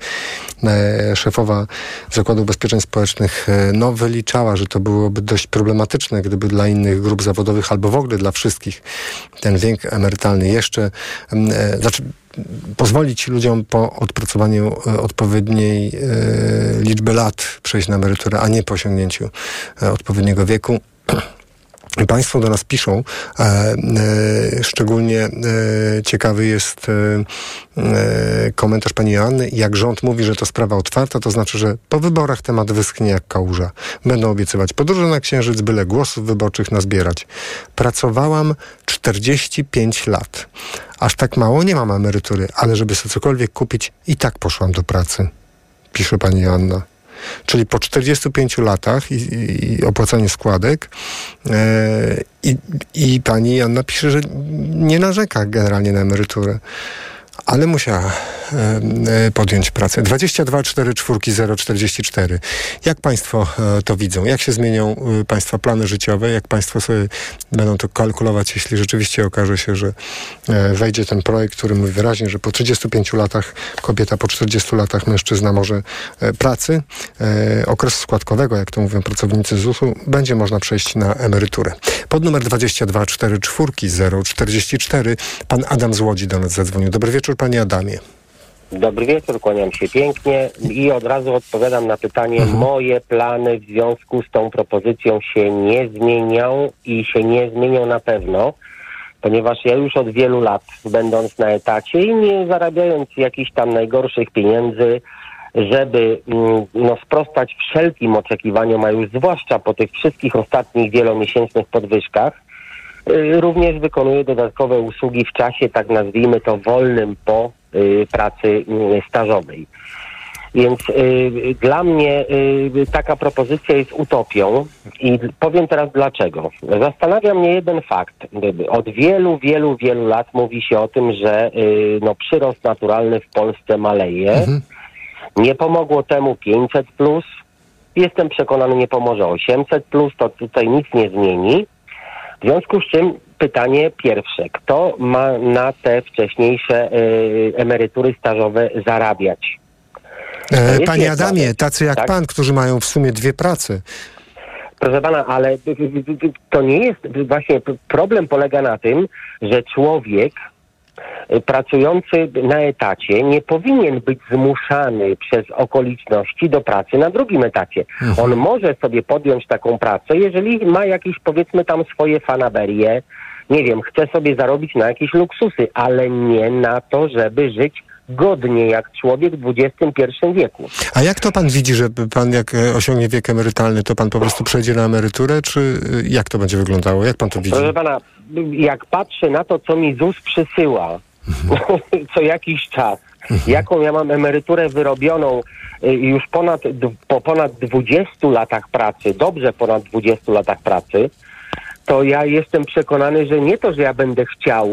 e, szefowa Zakładu Ubezpieczeń Społecznych, e, no wyliczała, że to byłoby dość problematyczne, gdyby dla innych grup zawodowych albo w ogóle dla wszystkich ten wiek emerytalny jeszcze, e, znaczy pozwolić ludziom po odpracowaniu e, odpowiedniej e, liczby lat przejść na emeryturę, a nie po osiągnięciu e, odpowiedniego wieku. Państwo do nas piszą, e, e, szczególnie e, ciekawy jest e, e, komentarz pani Joanny. Jak rząd mówi, że to sprawa otwarta, to znaczy, że po wyborach temat wyschnie jak kałuża. Będą obiecywać podróże na Księżyc, byle głosów wyborczych nazbierać. Pracowałam czterdzieści pięć lat. Aż tak mało nie mam emerytury, ale żeby sobie cokolwiek kupić, i tak poszłam do pracy, pisze pani Joanna. Czyli po czterdziestu pięciu latach i, i, i opłacaniu składek e, i, i pani Joanna pisze, że nie narzeka generalnie na emeryturę, ale musiała e, e, podjąć pracę. dwadzieścia dwa cztery cztery zero czterdzieści cztery. Jak państwo e, to widzą? Jak się zmienią e, państwa plany życiowe? Jak państwo sobie będą to kalkulować, jeśli rzeczywiście okaże się, że e, wejdzie ten projekt, który mówi wyraźnie, że po trzydziestu pięciu latach kobieta, po czterdziestu latach mężczyzna może e, pracy, e, okresu składkowego, jak to mówią pracownicy zusu, będzie można przejść na emeryturę. Pod numer dwadzieścia dwa cztery cztery zero czterdzieści cztery pan Adam z Łodzi do nas zadzwonił. Dobry wieczór, panie Adamie. Dobry wieczór, kłaniam się pięknie i od razu odpowiadam na pytanie. Mhm. Moje plany w związku z tą propozycją się nie zmienią i się nie zmienią na pewno, ponieważ ja już od wielu lat, będąc na etacie i nie zarabiając jakichś tam najgorszych pieniędzy, żeby no, sprostać wszelkim oczekiwaniom, a już zwłaszcza po tych wszystkich ostatnich wielomiesięcznych podwyżkach, również wykonuję dodatkowe usługi w czasie, tak nazwijmy to, wolnym po y, pracy y, stażowej. Więc y, dla mnie y, taka propozycja jest utopią i powiem teraz dlaczego. Zastanawia mnie jeden fakt. Od wielu, wielu, wielu lat mówi się o tym, że y, no, przyrost naturalny w Polsce maleje. Mhm. Nie pomogło temu pięćset plus. Jestem przekonany, nie pomoże osiemset plus. To tutaj nic nie zmieni. W związku z czym pytanie pierwsze. Kto ma na te wcześniejsze y, emerytury stażowe zarabiać? E, panie Adamie, sprawy, tacy jak tak? pan, którzy mają w sumie dwie prace. Proszę pana, ale to nie jest... Właśnie problem polega na tym, że człowiek pracujący na etacie nie powinien być zmuszany przez okoliczności do pracy na drugim etacie. Mhm. On może sobie podjąć taką pracę, jeżeli ma jakieś, powiedzmy, tam swoje fanaberie, nie wiem, chce sobie zarobić na jakieś luksusy, ale nie na to, żeby żyć godnie jak człowiek w dwudziestym pierwszym wieku. A jak to pan widzi, że pan jak osiągnie wiek emerytalny, to pan po prostu przejdzie na emeryturę, czy jak to będzie wyglądało? Jak pan to widzi? Proszę pana, jak patrzę na to, co mi ZUS przysyła mhm. co jakiś czas, mhm. jaką ja mam emeryturę wyrobioną już ponad, po ponad dwudziestu latach pracy, dobrze ponad dwudziestu latach pracy, to ja jestem przekonany, że nie to, że ja będę chciał,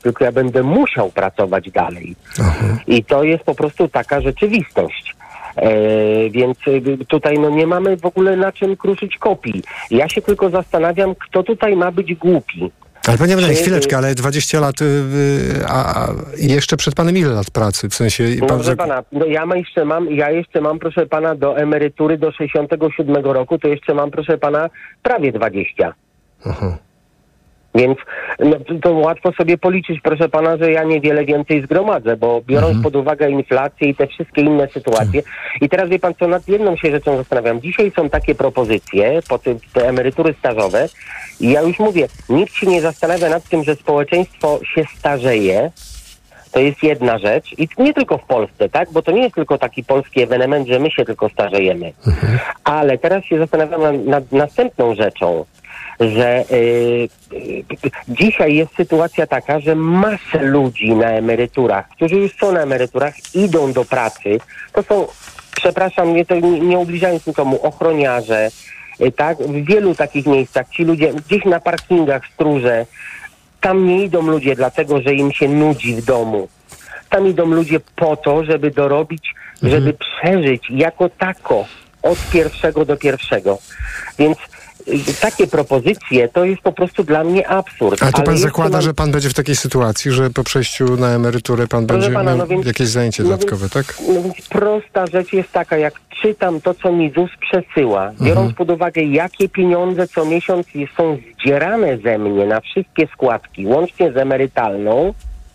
tylko ja będę musiał pracować dalej. Aha. I to jest po prostu taka rzeczywistość. E, więc tutaj no nie mamy w ogóle na czym kruszyć kopii. Ja się tylko zastanawiam, kto tutaj ma być głupi. Ale panie Adamie, chwileczkę, ale dwadzieścia lat, yy, a, a jeszcze przed panem ile lat pracy? W sensie... No, pan... Proszę pana, no ja ma jeszcze mam, ja jeszcze mam, proszę pana, do emerytury do sześćdziesiątego siódmego roku, to jeszcze mam, proszę pana, prawie dwadzieścia. Aha. Więc no, to łatwo sobie policzyć, proszę pana, że ja niewiele więcej zgromadzę, bo biorąc mhm. pod uwagę inflację i te wszystkie inne sytuacje. I teraz wie pan co, nad jedną się rzeczą zastanawiam. Dzisiaj są takie propozycje, po te, te emerytury stażowe i ja już mówię, nikt się nie zastanawia nad tym, że społeczeństwo się starzeje. To jest jedna rzecz i nie tylko w Polsce, tak? Bo to nie jest tylko taki polski ewenement, że my się tylko starzejemy. Mhm. Ale teraz się zastanawiam nad, nad następną rzeczą, że y, y, dzisiaj jest sytuacja taka, że masę ludzi na emeryturach, którzy już są na emeryturach, idą do pracy. To są, przepraszam mnie, to nie, nie ubliżając nikomu, ochroniarze, y, tak? W wielu takich miejscach ci ludzie, gdzieś na parkingach, stróże, tam nie idą ludzie dlatego, że im się nudzi w domu. Tam idą ludzie po to, żeby dorobić, mhm. żeby przeżyć jako tako od pierwszego do pierwszego. Więc takie propozycje to jest po prostu dla mnie absurd. A to pan Ale zakłada, mam... że pan będzie w takiej sytuacji, że po przejściu na emeryturę pan Proszę będzie pana, miał no więc, jakieś zajęcie no dodatkowe, więc, tak? No więc prosta rzecz jest taka, jak czytam to, co mi ZUS przesyła, biorąc mhm. pod uwagę, jakie pieniądze co miesiąc są zdzierane ze mnie na wszystkie składki, łącznie z emerytalną,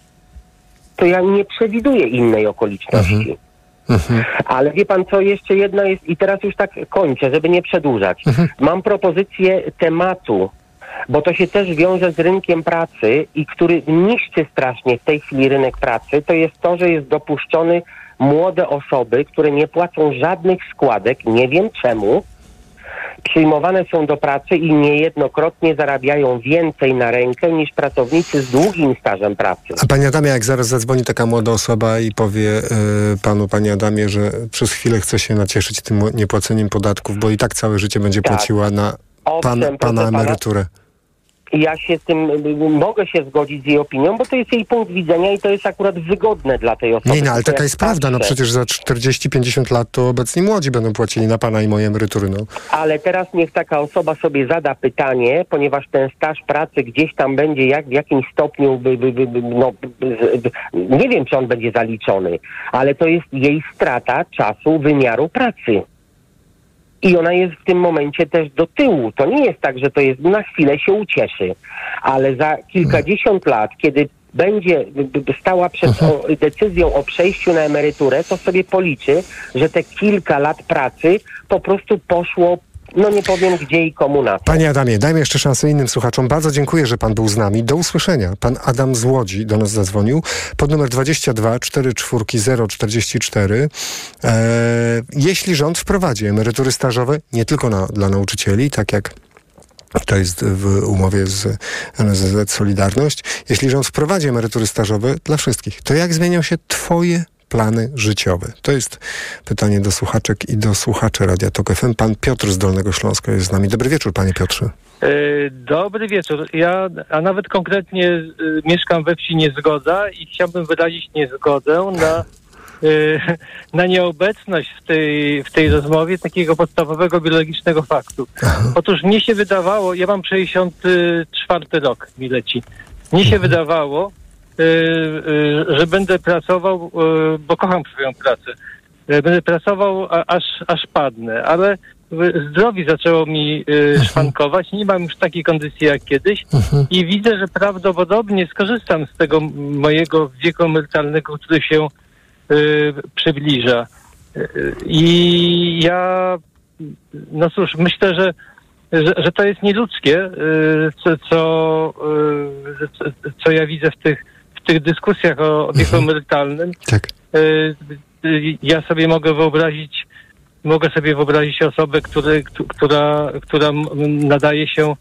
to ja nie przewiduję innej okoliczności. Mhm. Mhm. Ale wie pan co, jeszcze jedna jest, i teraz już tak kończę, żeby nie przedłużać. Mhm. Mam propozycję tematu, bo to się też wiąże z rynkiem pracy i który niszczy strasznie w tej chwili rynek pracy, to jest to, że jest dopuszczony młode osoby, które nie płacą żadnych składek, nie wiem czemu, przyjmowane są do pracy i niejednokrotnie zarabiają więcej na rękę niż pracownicy z długim stażem pracy. A panie Adamie, jak zaraz zadzwoni taka młoda osoba i powie y, panu, panie Adamie, że przez chwilę chce się nacieszyć tym niepłaceniem podatków, bo i tak całe życie będzie tak. płaciła na pan, Owszem, pana emeryturę. Pana, ja się z tym, mogę się zgodzić z jej opinią, bo to jest jej punkt widzenia i to jest akurat wygodne dla tej osoby. Nie, no ale taka jest prawda, no przecież za czterdzieści pięćdziesiąt lat to obecni młodzi będą płacili na pana i moje emerytury, no. Ale teraz niech taka osoba sobie zada pytanie, ponieważ ten staż pracy gdzieś tam będzie, jak w jakimś stopniu, by, by, by, by, no, by, by, nie wiem, czy on będzie zaliczony, ale to jest jej strata czasu wymiaru pracy. I ona jest w tym momencie też do tyłu. To nie jest tak, że to jest na chwilę się ucieszy, ale za kilkadziesiąt lat, kiedy będzie stała przed o, decyzją o przejściu na emeryturę, to sobie policzy, że te kilka lat pracy po prostu poszło, no nie powiem gdzie i komu na to. Panie Adamie, dajmy jeszcze szansę innym słuchaczom. Bardzo dziękuję, że pan był z nami. Do usłyszenia. Pan Adam z Łodzi do nas zadzwonił pod numer dwadzieścia dwa cztery cztery zero czterdzieści cztery. Eee, jeśli rząd wprowadzi emerytury stażowe, nie tylko na, dla nauczycieli, tak jak to jest w umowie z N S Z Solidarność, jeśli rząd wprowadzi emerytury stażowe dla wszystkich, to jak zmienią się twoje plany życiowe? To jest pytanie do słuchaczek i do słuchaczy Radia Tok F M. Pan Piotr z Dolnego Śląska jest z nami. Dobry wieczór, panie Piotrze. Dobry wieczór. Ja, a nawet konkretnie y, mieszkam we wsi Niezgoda i chciałbym wyrazić niezgodę na, y, na nieobecność w tej, w tej rozmowie takiego podstawowego biologicznego faktu. Aha. Otóż mnie się wydawało, ja mam sześćdziesiąty czwarty rok, mi leci. Mnie się wydawało, y, y, że będę pracował, y, bo kocham swoją pracę, y, będę pracował a, aż, aż padnę, ale zdrowie zaczęło mi y, szwankować, nie mam już takiej kondycji jak kiedyś uh-huh. i widzę, że prawdopodobnie skorzystam z tego mojego wieku emerytalnego, który się y, przybliża. Y, I ja, no cóż, myślę, że, że, że to jest nieludzkie, y, co, co, y, co ja widzę w tych, w tych dyskusjach o, o wieku uh-huh. emerytalnym. Tak. Y, y, ja sobie mogę wyobrazić Mogę sobie wyobrazić osobę, który, która, która nadaje się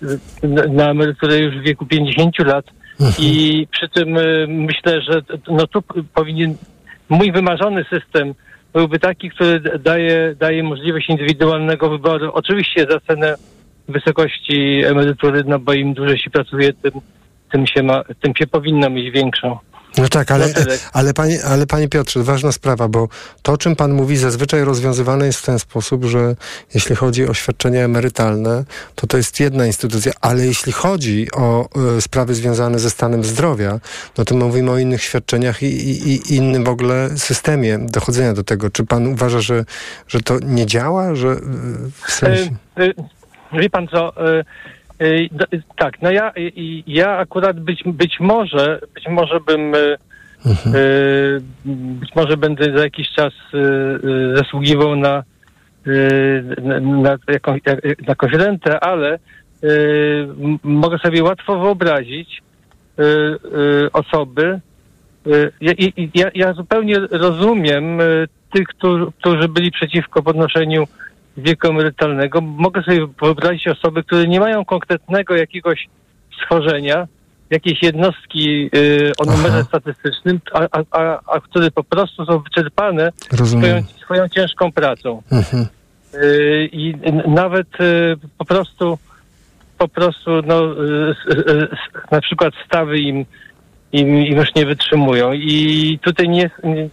na emeryturę już w wieku pięćdziesięciu lat mhm. i przy tym myślę, że no tu powinien, mój wymarzony system byłby taki, który daje, daje możliwość indywidualnego wyboru. Oczywiście za cenę wysokości emerytury, no bo im dłużej się pracuje, tym, tym się ma, tym się powinno mieć większą. No tak, ale, No tyle. ale, panie, ale panie Piotrze, ważna sprawa, bo to, o czym pan mówi, zazwyczaj rozwiązywane jest w ten sposób, że jeśli chodzi o świadczenia emerytalne, to to jest jedna instytucja, ale jeśli chodzi o y, sprawy związane ze stanem zdrowia, no to mówimy o innych świadczeniach i, i, i innym w ogóle systemie dochodzenia do tego. Czy pan uważa, że, że to nie działa? Że, y, w sensie... y, y, wie pan co... Y, y, d, tak, no ja, y, ja akurat być, być może, być może bym... Y, Mhm. Być może będę za jakiś czas y, y, zasługiwał na, y, na, na, jakąś, na jakąś rentę, ale y, mogę sobie łatwo wyobrazić y, y, osoby. Y, i, ja, ja zupełnie rozumiem y, tych, którzy, którzy byli przeciwko podnoszeniu wieku emerytalnego. Mogę sobie wyobrazić osoby, które nie mają konkretnego jakiegoś schorzenia, jakiejś jednostki y, o numerze Aha. statystycznym, a, a, a, a które po prostu są wyczerpane swoją, swoją ciężką pracą. Mhm. Y, I nawet y, po prostu po prostu no, y, y, y, na przykład stawy im, im, im już nie wytrzymują. I tutaj nie, nie,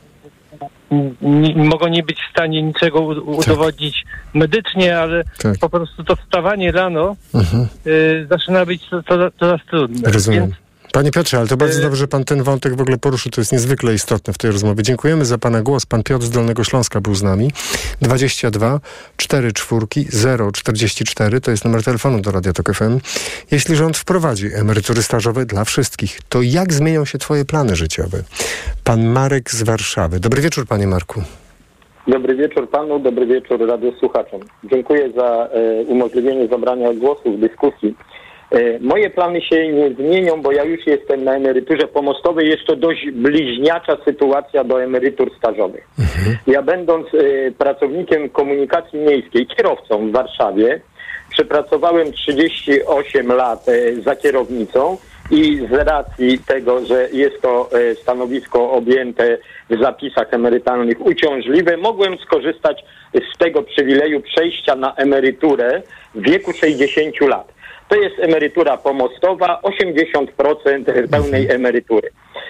nie mogą nie być w stanie niczego udowodnić tak. medycznie, ale tak. po prostu to wstawanie rano mhm. y, zaczyna być to, to, coraz trudne. Rozumiem. Więc, Panie Piotrze, ale to bardzo dobrze, że pan ten wątek w ogóle poruszył. To jest niezwykle istotne w tej rozmowie. Dziękujemy za pana głos. Pan Piotr z Dolnego Śląska był z nami. dwadzieścia dwa cztery cztery zero czterdzieści cztery to jest numer telefonu do Radia Tok F M. Jeśli rząd wprowadzi emerytury stażowe dla wszystkich, to jak zmienią się twoje plany życiowe? Pan Marek z Warszawy. Dobry wieczór, panie Marku. Dobry wieczór panu, dobry wieczór radiosłuchaczom. Dziękuję za e, umożliwienie zabrania głosu w dyskusji. Moje plany się nie zmienią, bo ja już jestem na emeryturze pomostowej. Jest to dość bliźniacza sytuacja do emerytur stażowych. Mhm. Ja będąc y, pracownikiem komunikacji miejskiej, kierowcą w Warszawie, przepracowałem trzydzieści osiem lat y, za kierownicą i z racji tego, że jest to y, stanowisko objęte w zapisach emerytalnych uciążliwe, mogłem skorzystać z tego przywileju przejścia na emeryturę w wieku sześćdziesięciu lat. To jest emerytura pomostowa, osiemdziesiąt procent pełnej emerytury.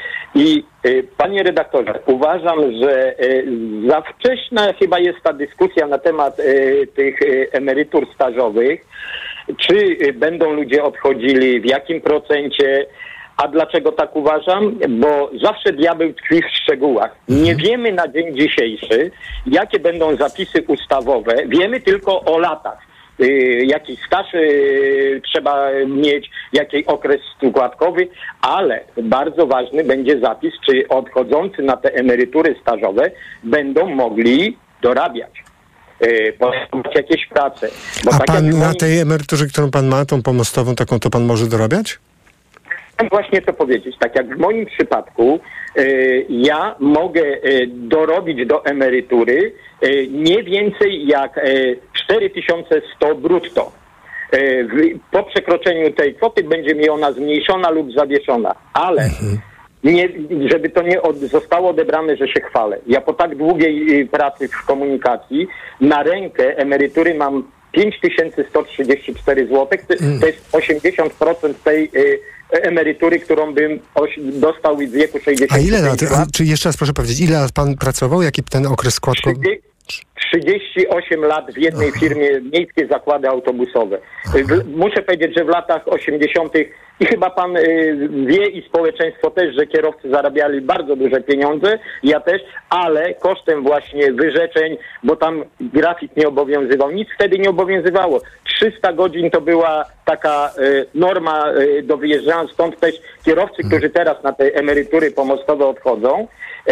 I y, panie redaktorze, uważam, że y, za wcześna chyba jest ta dyskusja na temat y, tych y, emerytur stażowych. Czy y, będą ludzie odchodzili, w jakim procencie? A dlaczego tak uważam? Bo zawsze diabeł tkwi w szczegółach. Nie wiemy na dzień dzisiejszy, jakie będą zapisy ustawowe. Wiemy tylko o latach. Jaki staż y, trzeba mieć, jaki okres składkowy, ale bardzo ważny będzie zapis, czy odchodzący na te emerytury stażowe będą mogli dorabiać, y, podejmować jakieś prace. Bo A tak pan na oni... tej emeryturze, którą pan ma, tą pomostową, taką, to pan może dorabiać? Chcę właśnie to powiedzieć. Tak jak w moim przypadku, y, ja mogę y, dorobić do emerytury y, nie więcej jak y, cztery tysiące sto brutto. Y, w, po przekroczeniu tej kwoty będzie mi ona zmniejszona lub zawieszona, ale mhm. nie, żeby to nie od, zostało odebrane, że się chwalę. Ja po tak długiej y, pracy w komunikacji na rękę emerytury mam pięć tysięcy sto trzydzieści cztery złote. To, to jest osiemdziesiąt procent tej y, emerytury, którą bym oś- dostał w wieku sześćdziesięciu lat. A ile lat? A, czy jeszcze raz proszę powiedzieć, ile lat pan pracował? Jaki ten okres składkowy? trzydzieści osiem lat w jednej Aha. firmie, Miejskie Zakłady Autobusowe. W, muszę powiedzieć, że w latach osiemdziesiątych i chyba pan y, wie i społeczeństwo też, że kierowcy zarabiali bardzo duże pieniądze, ja też, ale kosztem właśnie wyrzeczeń, bo tam grafik nie obowiązywał. Nic wtedy nie obowiązywało. trzysta godzin to była taka y, norma y, do wyjeżdżania, stąd też kierowcy, którzy teraz na te emerytury pomostowe odchodzą,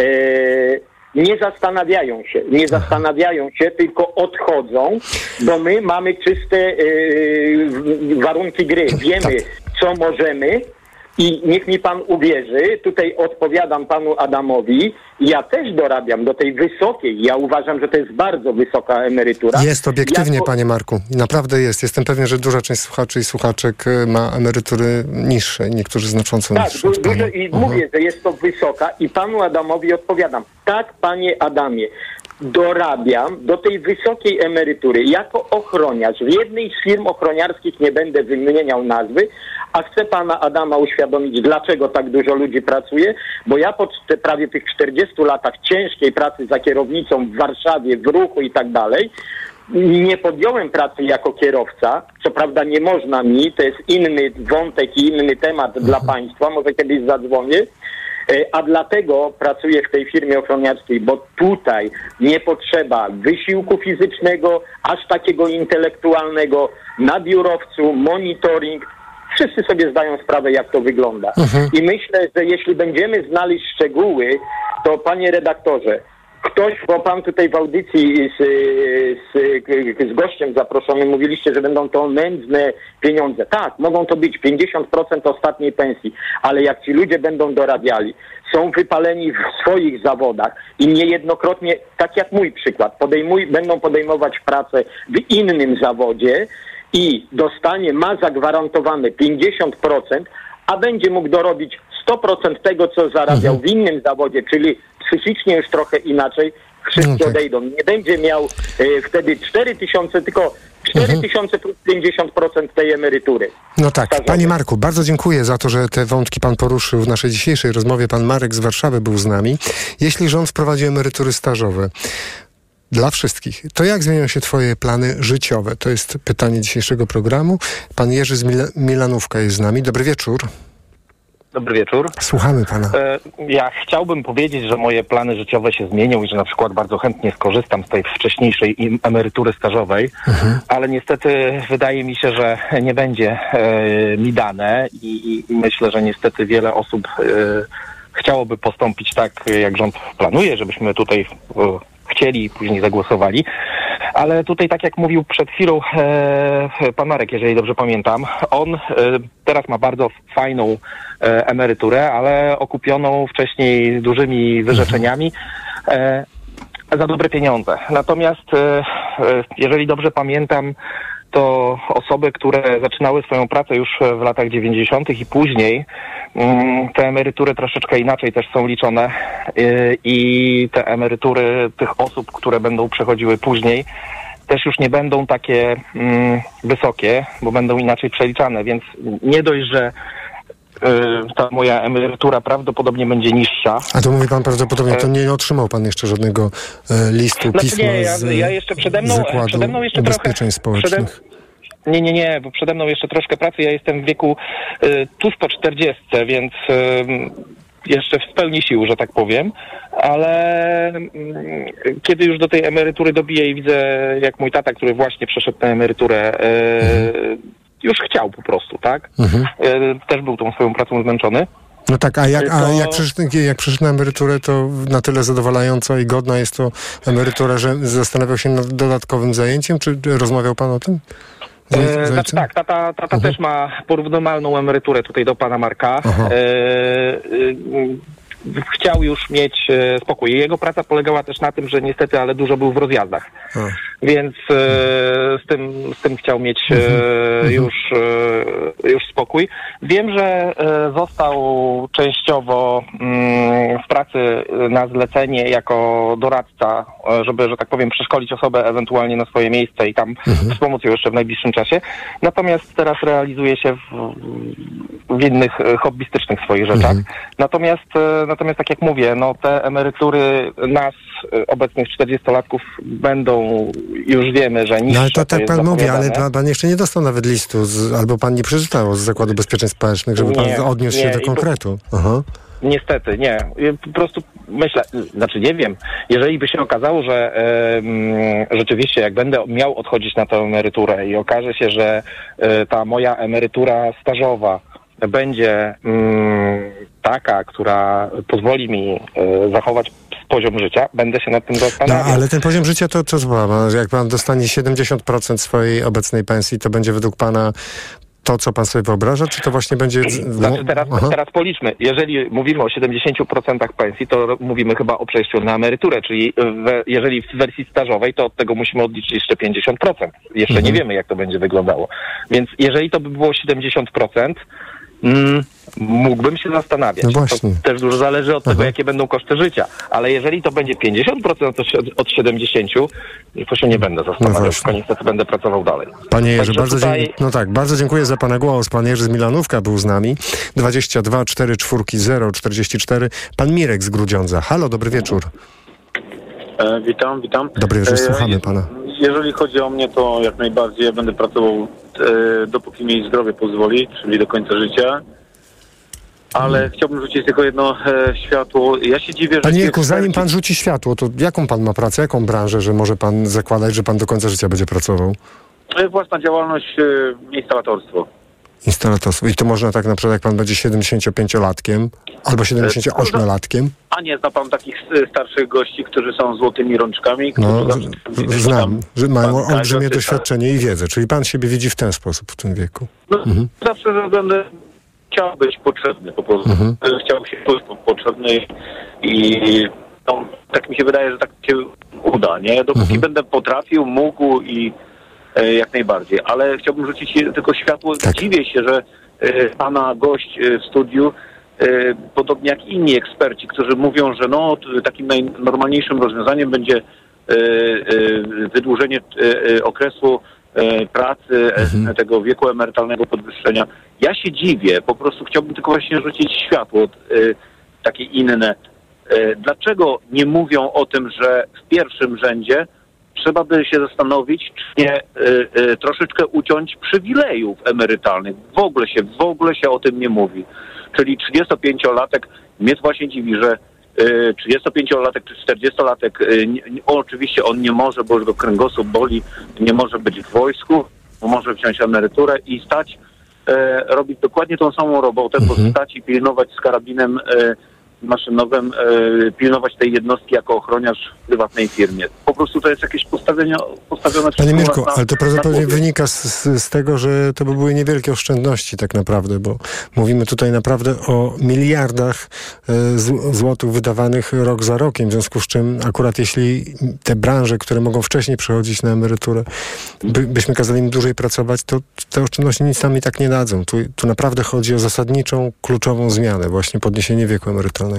y, nie zastanawiają się, nie zastanawiają się, tylko odchodzą, bo my mamy czyste yy, warunki gry. Wiemy, co możemy i niech mi pan uwierzy, tutaj odpowiadam panu Adamowi, ja też dorabiam do tej wysokiej, ja uważam, że to jest bardzo wysoka emerytura. Jest obiektywnie, jako... panie Marku, naprawdę jest. Jestem pewien, że duża część słuchaczy i słuchaczek ma emerytury niższe, niektórzy znacząco tak, niższe. Tak, dużo i uh-huh. mówię, że jest to wysoka i panu Adamowi odpowiadam. Tak, panie Adamie, dorabiam do tej wysokiej emerytury jako ochroniarz. W jednej z firm ochroniarskich, nie będę wymieniał nazwy, a chcę pana Adama uświadomić, dlaczego tak dużo ludzi pracuje, bo ja po te prawie tych czterdziestu latach ciężkiej pracy za kierownicą w Warszawie, w ruchu i tak dalej, nie podjąłem pracy jako kierowca. Co prawda nie można mi, to jest inny wątek i inny temat dla państwa, może kiedyś zadzwonię, a dlatego pracuję w tej firmie ochroniarskiej, bo tutaj nie potrzeba wysiłku fizycznego, aż takiego intelektualnego, na biurowcu, monitoring. Wszyscy sobie zdają sprawę, jak to wygląda. Mhm. I myślę, że jeśli będziemy znaleźć szczegóły, to panie redaktorze, ktoś, bo pan tutaj w audycji z, z, z gościem zaproszonym mówiliście, że będą to nędzne pieniądze. Tak, mogą to być pięćdziesiąt procent ostatniej pensji, ale jak ci ludzie będą dorabiali, są wypaleni w swoich zawodach i niejednokrotnie, tak jak mój przykład, podejmuj, będą podejmować pracę w innym zawodzie i dostanie, ma zagwarantowane pięćdziesiąt procent, a będzie mógł dorobić sto procent tego, co zarabiał mhm. w innym zawodzie, czyli psychicznie już trochę inaczej, wszyscy no tak. odejdą. Nie będzie miał e, wtedy cztery tysiące, tylko cztery tysiące mhm. plus pięćdziesiąt procent tej emerytury. No tak. Stażowej. Panie Marku, bardzo dziękuję za to, że te wątki pan poruszył w naszej dzisiejszej rozmowie. Pan Marek z Warszawy był z nami. Jeśli rząd wprowadzi emerytury stażowe dla wszystkich, to jak zmienią się twoje plany życiowe? To jest pytanie dzisiejszego programu. Pan Jerzy z Mil- Milanówka jest z nami. Dobry wieczór. Dobry wieczór. Słuchamy pana. Ja chciałbym powiedzieć, że moje plany życiowe się zmienią i że na przykład bardzo chętnie skorzystam z tej wcześniejszej emerytury stażowej, mhm. ale niestety wydaje mi się, że nie będzie e, mi dane i, i myślę, że niestety wiele osób e, chciałoby postąpić tak, jak rząd planuje, żebyśmy tutaj e, chcieli i później zagłosowali. Ale tutaj, tak jak mówił przed chwilą e, pan Marek, jeżeli dobrze pamiętam, on e, teraz ma bardzo fajną e, emeryturę, ale okupioną wcześniej dużymi wyrzeczeniami e, za dobre pieniądze. Natomiast, e, e, jeżeli dobrze pamiętam, to osoby, które zaczynały swoją pracę już w latach dziewięćdziesiątych i później, te emerytury troszeczkę inaczej też są liczone i te emerytury tych osób, które będą przechodziły później, też już nie będą takie wysokie, bo będą inaczej przeliczane, więc nie dość, że ta moja emerytura prawdopodobnie będzie niższa. A to mówi pan prawdopodobnie, to nie otrzymał pan jeszcze żadnego e, listu, znaczy pisma nie, ja, z ja jeszcze przede mną, Zakładu przede mną jeszcze Ubezpieczeń trochę, Społecznych. Przede, nie, nie, nie, bo przede mną jeszcze troszkę pracy. Ja jestem w wieku y, tuż po czterdziestce, więc y, jeszcze w pełni sił, że tak powiem, ale y, kiedy już do tej emerytury dobiję i widzę, jak mój tata, który właśnie przeszedł na emeryturę, y, mhm. już chciał po prostu, tak? Mhm. Y, też był tą swoją pracą zmęczony. No tak, a jak, a to... jak, przeszedł, jak przeszedł na emeryturę, to na tyle zadowalająca i godna jest to emerytura, że zastanawiał się nad dodatkowym zajęciem, czy rozmawiał pan o tym? E, znaczy tak, tata, tata uh-huh. też ma porównywalną emeryturę tutaj do pana Marka. E, e, chciał już mieć e, spokój. Jego praca polegała też na tym, że niestety, ale dużo był w rozjazdach. Uh-huh. Więc e, z, tym, z tym chciał mieć e, uh-huh. już, e, już spokój. Wiem, że e, został częściowo mm, w pracy na zlecenie jako doradca, e, żeby, że tak powiem, przeszkolić osobę ewentualnie na swoje miejsce i tam uh-huh. wspomóc ją jeszcze w najbliższym czasie. Natomiast teraz realizuje się w, w innych e, hobbystycznych swoich rzeczach. Uh-huh. Natomiast e, Natomiast tak jak mówię, no te emerytury nas, obecnych czterdziestolatków, będą, już wiemy, że niższe. No ale to, to tak pan mówi, ale pan, pan jeszcze nie dostał nawet listu, z, albo pan nie przeczytał z Zakładu Ubezpieczeń Społecznych, żeby nie, pan odniósł nie, się do konkretu. To, Aha. Niestety, nie. Po prostu myślę, znaczy nie wiem, jeżeli by się okazało, że e, rzeczywiście jak będę miał odchodzić na tę emeryturę i okaże się, że e, ta moja emerytura stażowa będzie mm, taka, która pozwoli mi y, zachować poziom życia, będę się nad tym zastanawiał. No, ale ten poziom życia to co pan? Jak pan dostanie siedemdziesiąt procent swojej obecnej pensji, to będzie według pana to, co pan sobie wyobraża, czy to właśnie będzie... Znaczy teraz, teraz policzmy. Jeżeli mówimy o siedemdziesięciu procentach pensji, to mówimy chyba o przejściu na emeryturę, czyli w, jeżeli w wersji stażowej, to od tego musimy odliczyć jeszcze pięćdziesiąt procent. Jeszcze mhm. nie wiemy, jak to będzie wyglądało. Więc jeżeli to by było siedemdziesiąt procent, Mm, mógłbym się zastanawiać. No właśnie. To też dużo zależy od Aha. tego, jakie będą koszty życia. Ale jeżeli to będzie pięćdziesiąt procent od siedemdziesięciu procent, to się nie będę zastanawiał, No tylko niestety będę pracował dalej. Panie Jerzy, Także bardzo, tutaj... dzie- no tak, bardzo dziękuję za pana głos. Pan Jerzy z Milanówka był z nami. dwadzieścia dwa cztery cztery zero czterdzieści cztery. Pan Mirek z Grudziądza. Halo, dobry wieczór. E, witam, witam. Dobry wieczór, E, słuchamy pana. Jeżeli chodzi o mnie, to jak najbardziej ja będę pracował e, dopóki mi zdrowie pozwoli, czyli do końca życia. Ale Hmm. chciałbym rzucić tylko jedno e, światło. Ja się dziwię, że... Panie ci Mirku, zanim eksperci- pan rzuci światło, to jaką pan ma pracę, jaką branżę, że może pan zakładać, że pan do końca życia będzie pracował? E, Własna działalność, e, instalatorstwo. Instalatorstwo. I to można tak na przykład, jak pan będzie siedemdziesięciopięciolatkiem albo siedemdziesięcioośmiolatkiem. A nie, zna pan takich e, starszych gości, którzy są złotymi rączkami? No, którzy z- zawsze- znam, że mają pan olbrzymie Kaiser, doświadczenie i wiedzę. Czyli pan siebie widzi w ten sposób w tym wieku. No, Mhm. zawsze, że będę chciał być potrzebny po prostu. Mhm. Chciał się czuć po- potrzebny i no, tak mi się wydaje, że tak się uda, nie? Dopóki Mhm. będę potrafił, mógł i e, jak najbardziej. Ale chciałbym rzucić tylko światło. Tak. Dziwię się, że e, pana gość e, w studiu, e, podobnie jak inni eksperci, którzy mówią, że no t- takim najnormalniejszym rozwiązaniem będzie e, e, wydłużenie e, e, okresu e, pracy, e, tego wieku emerytalnego podwyższenia. Ja się dziwię, po prostu chciałbym tylko właśnie rzucić światło e, takie inne. E, dlaczego nie mówią o tym, że w pierwszym rzędzie trzeba by się zastanowić, czy nie e, e, troszeczkę uciąć przywilejów emerytalnych. W ogóle się, w ogóle się o tym nie mówi. Czyli trzydziestopięciolatek, mnie to właśnie dziwi, że e, trzydziestopięciolatek czy czterdziestolatek, e, nie, nie, oczywiście on nie może, bo już go kręgosłup boli, nie może być w wojsku, może wziąć emeryturę i stać, e, robić dokładnie tą samą robotę, Mhm. bo stać i pilnować z karabinem e, maszynowym, e, pilnować tej jednostki jako ochroniarz w prywatnej firmie. Po prostu to jest jakieś postawienie, postawione Panie wszystko Mirku, na- ale to na prawdopodobnie głowie. wynika z, z, z tego, że to by były niewielkie oszczędności tak naprawdę, bo mówimy tutaj naprawdę o miliardach e, z, złotych wydawanych rok za rokiem, w związku z czym akurat jeśli te branże, które mogą wcześniej przechodzić na emeryturę, by, byśmy kazali im dłużej pracować, to te oszczędności nic nam i tak nie dadzą. Tu, tu naprawdę chodzi o zasadniczą, kluczową zmianę, właśnie podniesienie wieku emerytalnego.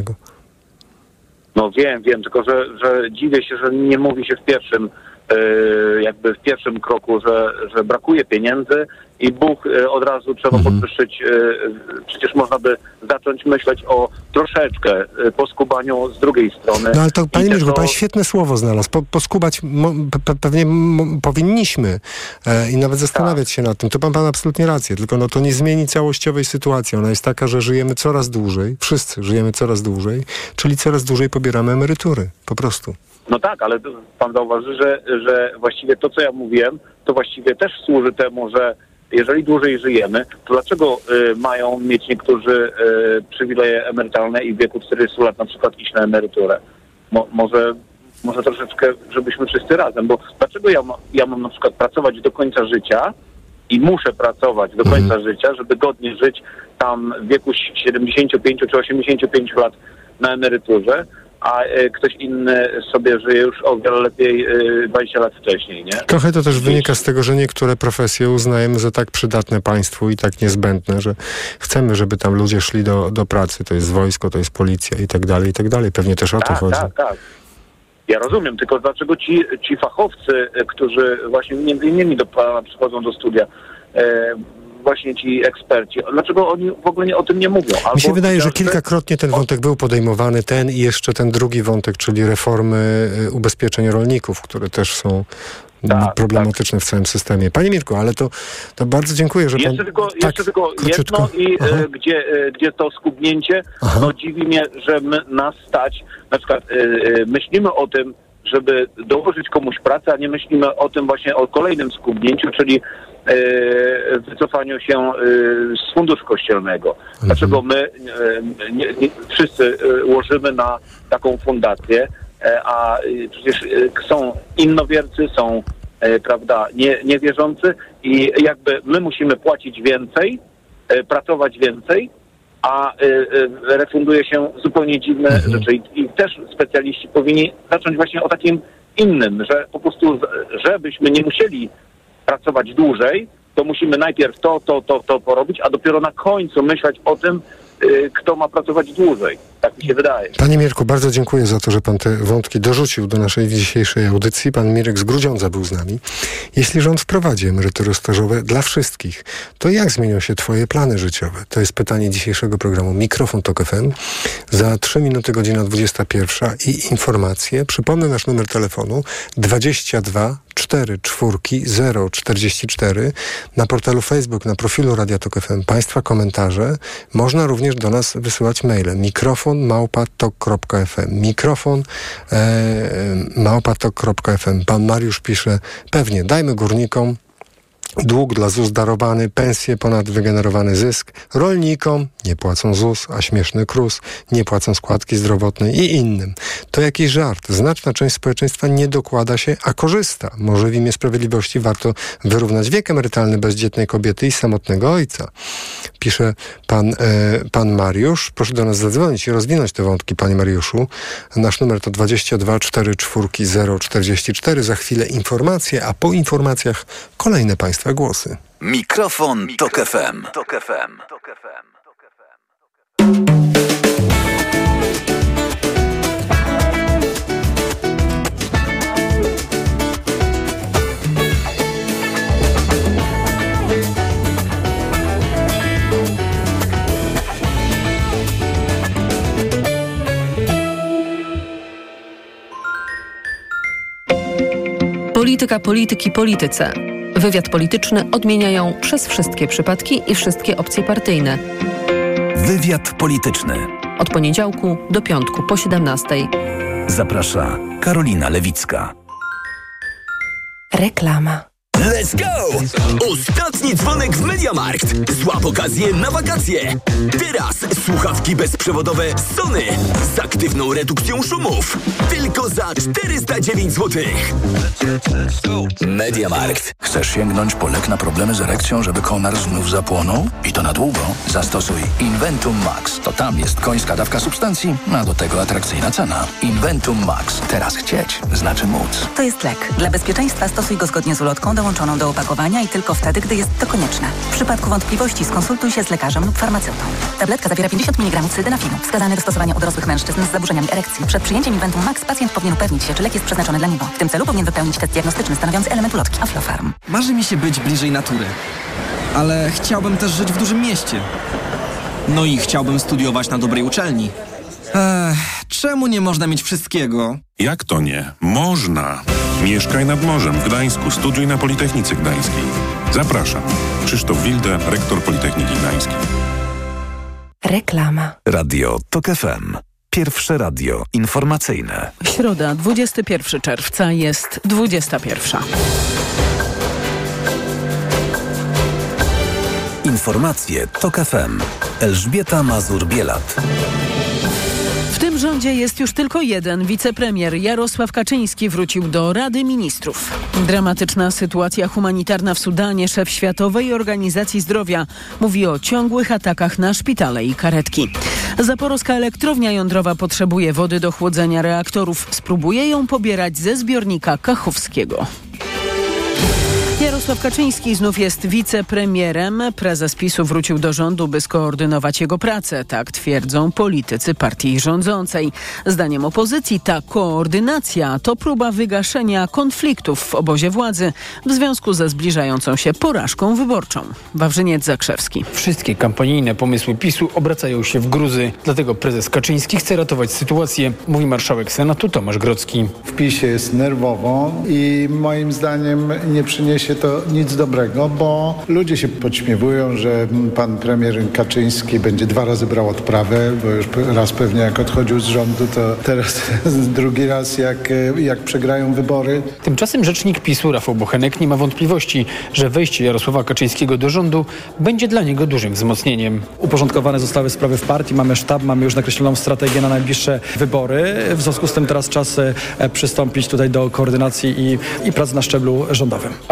No wiem, wiem, tylko że, że dziwię się, że nie mówi się w pierwszym, e, jakby w pierwszym kroku, że, że brakuje pieniędzy i Bóg e, od razu trzeba Mhm. podwyższyć. E, przecież można by zacząć myśleć o troszeczkę e, poskubaniu z drugiej strony. No ale to, panie I Mirku, też o- pan świetne słowo znalazł. Po, poskubać mo, pe, pewnie m, powinniśmy e, i nawet zastanawiać się nad tym. To pan, pan absolutnie rację, tylko no to nie zmieni całościowej sytuacji. Ona jest taka, że żyjemy coraz dłużej, wszyscy żyjemy coraz dłużej, czyli coraz dłużej pobieramy emerytury. Po prostu. No tak, ale pan zauważy, że, że właściwie to, co ja mówiłem, to właściwie też służy temu, że jeżeli dłużej żyjemy, to dlaczego y, mają mieć niektórzy y, przywileje emerytalne i w wieku czterdziestu lat na przykład iść na emeryturę? Mo, może, może troszeczkę, żebyśmy wszyscy razem, bo dlaczego ja, ma, ja mam na przykład pracować do końca życia i muszę pracować do końca Mhm. życia, żeby godnie żyć tam w wieku siedemdziesięciu pięciu czy osiemdziesięciu pięciu lat na emeryturze, a e, ktoś inny sobie żyje już o wiele lepiej e, dwadzieścia lat wcześniej, nie? Trochę to też wynika z tego, że niektóre profesje uznajemy za tak przydatne państwu i tak niezbędne, że chcemy, żeby tam ludzie szli do, do pracy. To jest wojsko, to jest policja i tak dalej, i tak dalej. Pewnie też o to Tak, chodzi. tak, tak. Ja rozumiem, tylko dlaczego ci, ci fachowcy, e, którzy właśnie między innymi do pana przychodzą do studia, e, właśnie ci eksperci, dlaczego oni w ogóle nie, o tym nie mówią? Albo Mi się wydaje, że chociażby- kilkakrotnie ten wątek był podejmowany, ten i jeszcze ten drugi wątek, czyli reformy y, ubezpieczeń rolników, które też są Tak, problematyczne w całym systemie. Panie Mirku, ale to, to bardzo dziękuję, że pan... Jeszcze tylko, tak, jeszcze tylko króciutko. jedno i Aha. e, gdzie, e, gdzie to skubnięcie, Aha. no dziwi mnie, że my, nas stać, na przykład e, e, myślimy o tym, żeby dołożyć komuś pracę, a nie myślimy o tym właśnie o kolejnym skubnięciu, czyli e, wycofaniu się e, z funduszu kościelnego. Dlaczego my e, nie, nie, wszyscy e, łożymy na taką fundację, e, a e, przecież e, są innowiercy, są e, prawda, nie, niewierzący i jakby my musimy płacić więcej, e, pracować więcej, a y, y, refunduje się zupełnie dziwne Mhm. rzeczy. I, I też specjaliści powinni zacząć właśnie o takim innym, że po prostu, z- żebyśmy nie musieli pracować dłużej, to to musimy najpierw to, to, to, to porobić, a dopiero na końcu myśleć o tym, kto ma pracować dłużej. Tak mi się wydaje. Panie Mirku, bardzo dziękuję za to, że pan te wątki dorzucił do naszej dzisiejszej audycji. Pan Mirek z Grudziądza był z nami. Jeśli rząd wprowadzi emerytury stażowe dla wszystkich, to jak zmienią się twoje plany życiowe? To jest pytanie dzisiejszego programu Mikrofon Tok F M. Za trzy minuty godzina dwudziesta pierwsza i informacje. Przypomnę nasz numer telefonu dwadzieścia dwa cztery czwórki zero czterdzieści cztery. Na portalu Facebook, na profilu Radia Tok F M Państwa komentarze. Można również do nas wysyłać maile. Mikrofon małpa tok kropka f m. Mikrofon e, małpa tok kropka f m. Pan Mariusz pisze, pewnie dajmy górnikom dług dla Z U S darowany, pensje ponad wygenerowany zysk, rolnikom nie płacą Z U S, a śmieszny K R U S, nie płacą składki zdrowotnej i innym. To jakiś żart. Znaczna część społeczeństwa nie dokłada się, a korzysta. Może w imię sprawiedliwości warto wyrównać wiek emerytalny bezdzietnej kobiety i samotnego ojca. Pisze pan, e, pan Mariusz. Proszę do nas zadzwonić i rozwinąć te wątki, panie Mariuszu. Nasz numer to dwadzieścia dwa cztery czwórki zero czterdzieści cztery. Za chwilę informacje, a po informacjach kolejne państwa głosy. Mikrofon Tok F M. Tok F M. Polityka, polityki, polityce. Wywiad polityczny odmieniają przez wszystkie przypadki i wszystkie opcje partyjne. Wywiad polityczny. Od poniedziałku do piątku po siedemnastej. Zaprasza Karolina Lewicka. Reklama. Let's go! Ostatni dzwonek w MediaMarkt. Złap okazję na wakacje. Teraz słuchawki bezprzewodowe Sony z aktywną redukcją szumów. Tylko za czterysta dziewięć złotych. MediaMarkt. Chcesz sięgnąć po lek na problemy z erekcją, żeby konar znów zapłonął? I to na długo? Zastosuj Inventum Max. To tam jest końska dawka substancji, a do tego atrakcyjna cena. Inventum Max. Teraz chcieć znaczy móc. To jest lek. Dla bezpieczeństwa stosuj go zgodnie z ulotką dołączoną do opakowania i tylko wtedy, gdy jest to konieczne. W przypadku wątpliwości skonsultuj się z lekarzem lub farmaceutą. Tabletka zawiera pięćdziesiąt miligramów sildenafinu. Wskazany do stosowania u dorosłych mężczyzn z zaburzeniami erekcji. Przed przyjęciem Inventum Max pacjent powinien upewnić się, czy lek jest przeznaczony dla niego. W tym celu powinien wypełnić test diagnostyczny stanowiący element ulotki Aflofarm. Marzy mi się być bliżej natury, ale chciałbym też żyć w dużym mieście. No i chciałbym studiować na dobrej uczelni. Ech, czemu nie można mieć wszystkiego? Jak to nie? Można! Mieszkaj nad morzem w Gdańsku, studiuj na Politechnice Gdańskiej. Zapraszam. Krzysztof Wilde, rektor Politechniki Gdańskiej. Reklama. Radio Tok F M. Pierwsze radio informacyjne. Środa, dwudziestego pierwszego czerwca, jest dwudziesta pierwsza. Informacje Tok F M. Elżbieta Mazur-Bielat. W tym rządzie jest już tylko jeden wicepremier. Jarosław Kaczyński wrócił do Rady Ministrów. Dramatyczna sytuacja humanitarna w Sudanie. Szef Światowej Organizacji Zdrowia mówi o ciągłych atakach na szpitale i karetki. Zaporowska elektrownia jądrowa potrzebuje wody do chłodzenia reaktorów. Spróbuje ją pobierać ze zbiornika Kachowskiego. Jarosław Kaczyński znów jest wicepremierem. Prezes PiSu wrócił do rządu, by skoordynować jego pracę. Tak twierdzą politycy partii rządzącej. Zdaniem opozycji ta koordynacja to próba wygaszenia konfliktów w obozie władzy w związku ze zbliżającą się porażką wyborczą. Wawrzyniec Zakrzewski. Wszystkie kampanijne pomysły PiSu obracają się w gruzy. Dlatego prezes Kaczyński chce ratować sytuację, mówi marszałek Senatu Tomasz Grodzki. W PiSie jest nerwowo i moim zdaniem nie przyniesie to nic dobrego, bo ludzie się podśmiewują, że pan premier Kaczyński będzie dwa razy brał odprawę, bo już raz pewnie jak odchodził z rządu, to teraz drugi raz jak, jak przegrają wybory. Tymczasem rzecznik PiSu Rafał Bochenek nie ma wątpliwości, że wejście Jarosława Kaczyńskiego do rządu będzie dla niego dużym wzmocnieniem. Uporządkowane zostały sprawy w partii, mamy sztab, mamy już nakreśloną strategię na najbliższe wybory. W związku z tym teraz czas przystąpić tutaj do koordynacji i, i pracy na szczeblu rządowym. A żeby było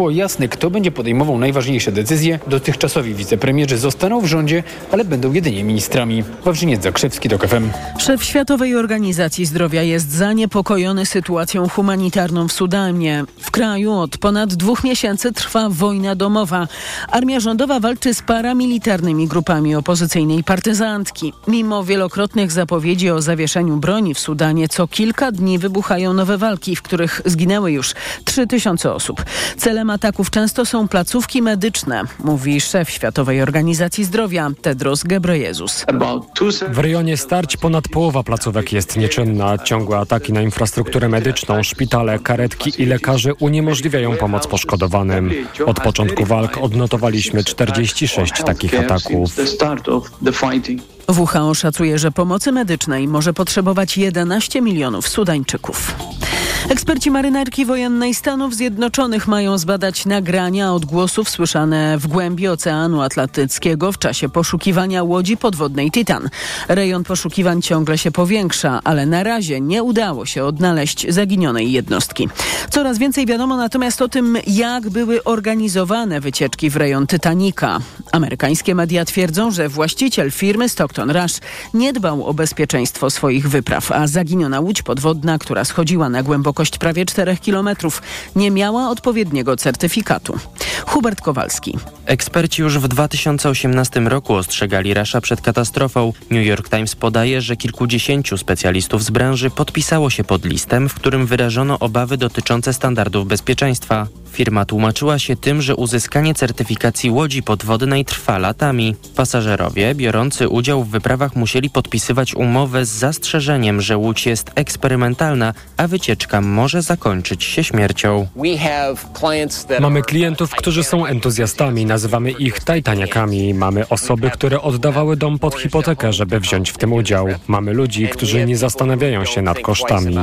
było jasne, kto będzie podejmował najważniejsze decyzje, dotychczasowi wicepremierzy zostaną w rządzie, ale będą jedynie ministrami. Wawrzyniec Zakrzewski, TOK F M. Szef Światowej Organizacji Zdrowia jest zaniepokojony sytuacją humanitarną w Sudanie. W kraju od ponad dwóch miesięcy trwa wojna domowa. Armia rządowa walczy z paramilitarnymi grupami opozycyjnej partyzantki. Mimo wielokrotnych zapowiedzi o zawieszeniu broni w Sudanie, co kilka dni wybuchają nowe walki, w których zginęły już trzy tysiące osób. Celem ataków często są placówki medyczne, mówi szef Światowej Organizacji Zdrowia Tedros Ghebreyesus. W rejonie starć ponad połowa placówek jest nieczynna. Ciągłe ataki na infrastrukturę medyczną, szpitale, karetki i lekarzy uniemożliwiają pomoc poszkodowanym. Od początku walk odnotowaliśmy czterdzieści sześć takich ataków. W H O szacuje, że pomocy medycznej może potrzebować jedenaście milionów Sudańczyków. Eksperci marynarki wojennej Stanów Zjednoczonych mają zbadać nagrania odgłosów słyszane w głębi Oceanu Atlantyckiego w czasie poszukiwania łodzi podwodnej Titan. Rejon poszukiwań ciągle się powiększa, ale na razie nie udało się odnaleźć zaginionej jednostki. Coraz więcej wiadomo natomiast o tym, jak były organizowane wycieczki w rejon Titanica. Amerykańskie media twierdzą, że właściciel firmy Stockton Rush nie dbał o bezpieczeństwo swoich wypraw, a zaginiona łódź podwodna, która schodziła na głębokość prawie czterech kilometrów, nie miała odpowiedniego certyfikatu. Hubert Kowalski. Eksperci już w dwa tysiące osiemnastym roku ostrzegali Rusha przed katastrofą. New York Times podaje, że kilkudziesięciu specjalistów z branży podpisało się pod listem, w którym wyrażono obawy dotyczące standardów bezpieczeństwa. Firma tłumaczyła się tym, że uzyskanie certyfikacji łodzi podwodnej trwa latami. Pasażerowie biorący udział w wyprawach musieli podpisywać umowę z zastrzeżeniem, że łódź jest eksperymentalna, a wycieczka może zakończyć się śmiercią. Mamy klientów, którzy są entuzjastami, nazywamy ich Titaniakami. Mamy osoby, które oddawały dom pod hipotekę, żeby wziąć w tym udział. Mamy ludzi, którzy nie zastanawiają się nad kosztami.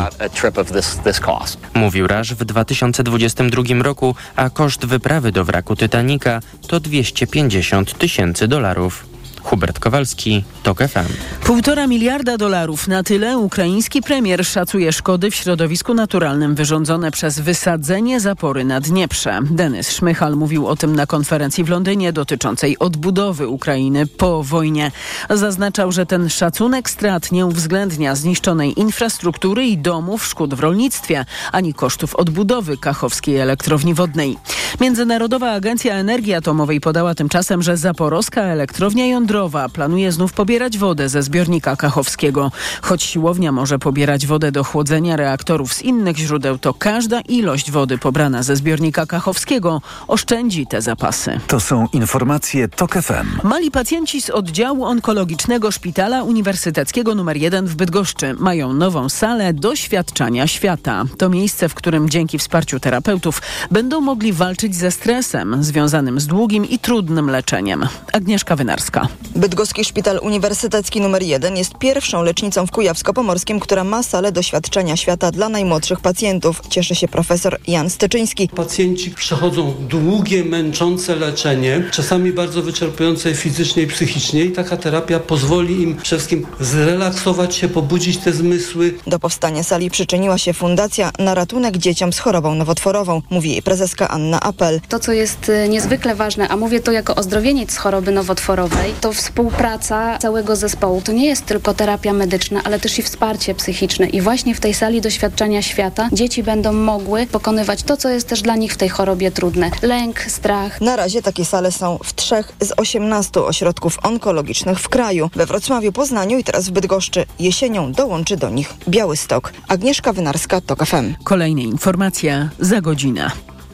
Mówił Rush w dwa tysiące dwudziestym drugim roku, a koszt wyprawy do wraku Titanica to dwieście pięćdziesiąt tysięcy dolarów. Hubert Kowalski, TOK F M. Półtora miliarda dolarów. Na tyle ukraiński premier szacuje szkody w środowisku naturalnym wyrządzone przez wysadzenie zapory na Dnieprze. Denys Szmychal mówił o tym na konferencji w Londynie dotyczącej odbudowy Ukrainy po wojnie. Zaznaczał, że ten szacunek strat nie uwzględnia zniszczonej infrastruktury i domów, szkód w rolnictwie, ani kosztów odbudowy kachowskiej elektrowni wodnej. Międzynarodowa Agencja Energii Atomowej podała tymczasem, że zaporowska elektrownia jądrowa planuje znów pobierać wodę ze zbiornika kachowskiego. Choć siłownia może pobierać wodę do chłodzenia reaktorów z innych źródeł, to każda ilość wody pobrana ze zbiornika kachowskiego oszczędzi te zapasy. To są informacje TOK F M. Mali pacjenci z oddziału onkologicznego Szpitala Uniwersyteckiego numer jeden w Bydgoszczy mają nową salę doświadczania świata. To miejsce, w którym dzięki wsparciu terapeutów będą mogli walczyć ze stresem związanym z długim i trudnym leczeniem. Agnieszka Wynarska. Bydgoski Szpital Uniwersytecki numer jeden jest pierwszą lecznicą w Kujawsko-Pomorskim, która ma salę doświadczenia świata dla najmłodszych pacjentów. Cieszy się profesor Jan Styczyński. Pacjenci przechodzą długie, męczące leczenie, czasami bardzo wyczerpujące fizycznie i psychicznie, i taka terapia pozwoli im przede wszystkim zrelaksować się, pobudzić te zmysły. Do powstania sali przyczyniła się Fundacja na ratunek dzieciom z chorobą nowotworową, mówi jej prezeska Anna Apel. To, co jest niezwykle ważne, a mówię to jako ozdrowieniec z choroby nowotworowej, to współpraca całego zespołu. To nie jest tylko terapia medyczna, ale też i wsparcie psychiczne. I właśnie w tej sali doświadczenia świata dzieci będą mogły pokonywać to, co jest też dla nich w tej chorobie trudne. Lęk, strach. Na razie takie sale są w trzech z osiemnastu ośrodków onkologicznych w kraju. We Wrocławiu, Poznaniu i teraz w Bydgoszczy. Jesienią dołączy do nich Białystok. Agnieszka Wynarska, TOK F M. Kolejne informacje za godzinę.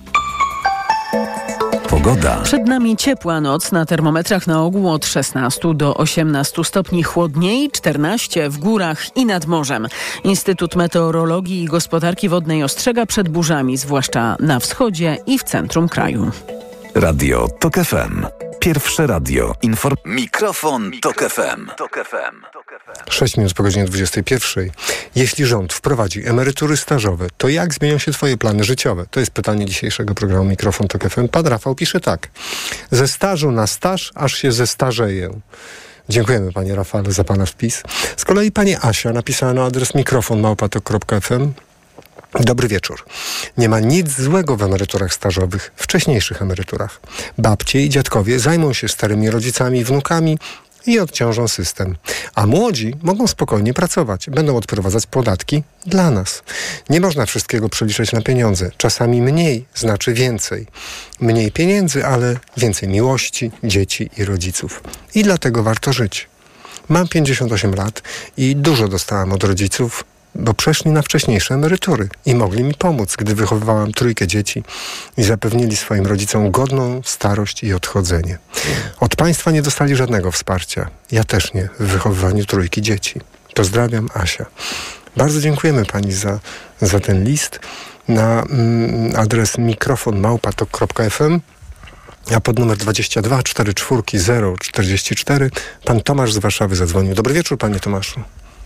Pogoda. Przed nami ciepła noc, na termometrach na ogół od szesnastu do osiemnastu stopni, chłodniej czternaście w górach i nad morzem. Instytut Meteorologii i Gospodarki Wodnej ostrzega przed burzami, zwłaszcza na wschodzie i w centrum kraju. Radio TOK F M. Pierwsze radio. Inform... Mikrofon TOK F M. sześć minut po godzinie dwudziestej pierwszej. Jeśli rząd wprowadzi emerytury stażowe, to jak zmienią się twoje plany życiowe? To jest pytanie dzisiejszego programu Mikrofon TOK F M. Pan Rafał pisze tak. Ze stażu na staż, aż się zestarzeję. Dziękujemy panie Rafale za pana wpis. Z kolei pani Asia napisała na adres mikrofon małpa tok kropka f m. Dobry wieczór. Nie ma nic złego w emeryturach stażowych, wcześniejszych emeryturach. Babcie i dziadkowie zajmą się starymi rodzicami i wnukami i odciążą system. A młodzi mogą spokojnie pracować. Będą odprowadzać podatki dla nas. Nie można wszystkiego przeliczać na pieniądze. Czasami mniej znaczy więcej. Mniej pieniędzy, ale więcej miłości, dzieci i rodziców. I dlatego warto żyć. Mam pięćdziesiąt osiem lat i dużo dostałam od rodziców, bo przeszli na wcześniejsze emerytury i mogli mi pomóc, gdy wychowywałam trójkę dzieci i zapewnili swoim rodzicom godną starość i odchodzenie. Od państwa nie dostali żadnego wsparcia. Ja też nie, w wychowywaniu trójki dzieci. Pozdrawiam, Asia. Bardzo dziękujemy pani za, za ten list na mm, adres mikrofon małpa tok kropka f m, a pod numer dwadzieścia dwa czterdzieści cztery zero czterdzieści cztery pan Tomasz z Warszawy zadzwonił. Dobry wieczór, panie Tomaszu.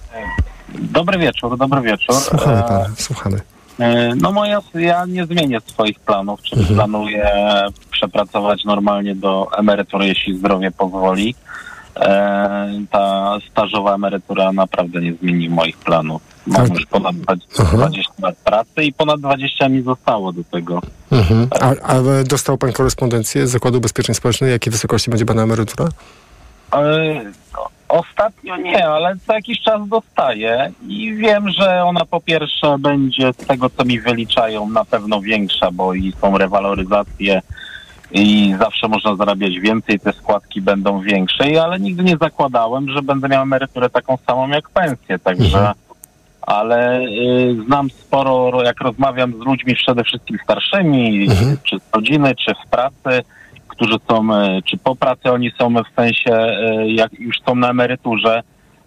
Dobry wieczór, dobry wieczór. Słuchamy pana, słuchamy. No moja, ja nie zmienię swoich planów, czyli mhm. planuję przepracować normalnie do emerytury, jeśli zdrowie pozwoli. E, ta stażowa emerytura naprawdę nie zmieni moich planów. Mam już ponad dwadzieścia lat pracy i ponad dwadzieścia mi zostało do tego. Mhm. A, a dostał pan korespondencję z Zakładu Ubezpieczeń Społecznych? Jakiej wysokości będzie pana emerytura? E, Ostatnio nie, ale co jakiś czas dostaję i wiem, że ona po pierwsze będzie z tego, co mi wyliczają, na pewno większa, bo i są rewaloryzacje i zawsze można zarabiać więcej, te składki będą większe, ale nigdy nie zakładałem, że będę miał emeryturę taką samą jak pensję, także mhm. ale y, znam sporo, jak rozmawiam z ludźmi przede wszystkim starszymi, mhm. czy z rodziny, czy w pracy, którzy są, czy po pracy oni są w sensie, jak już są na emeryturze,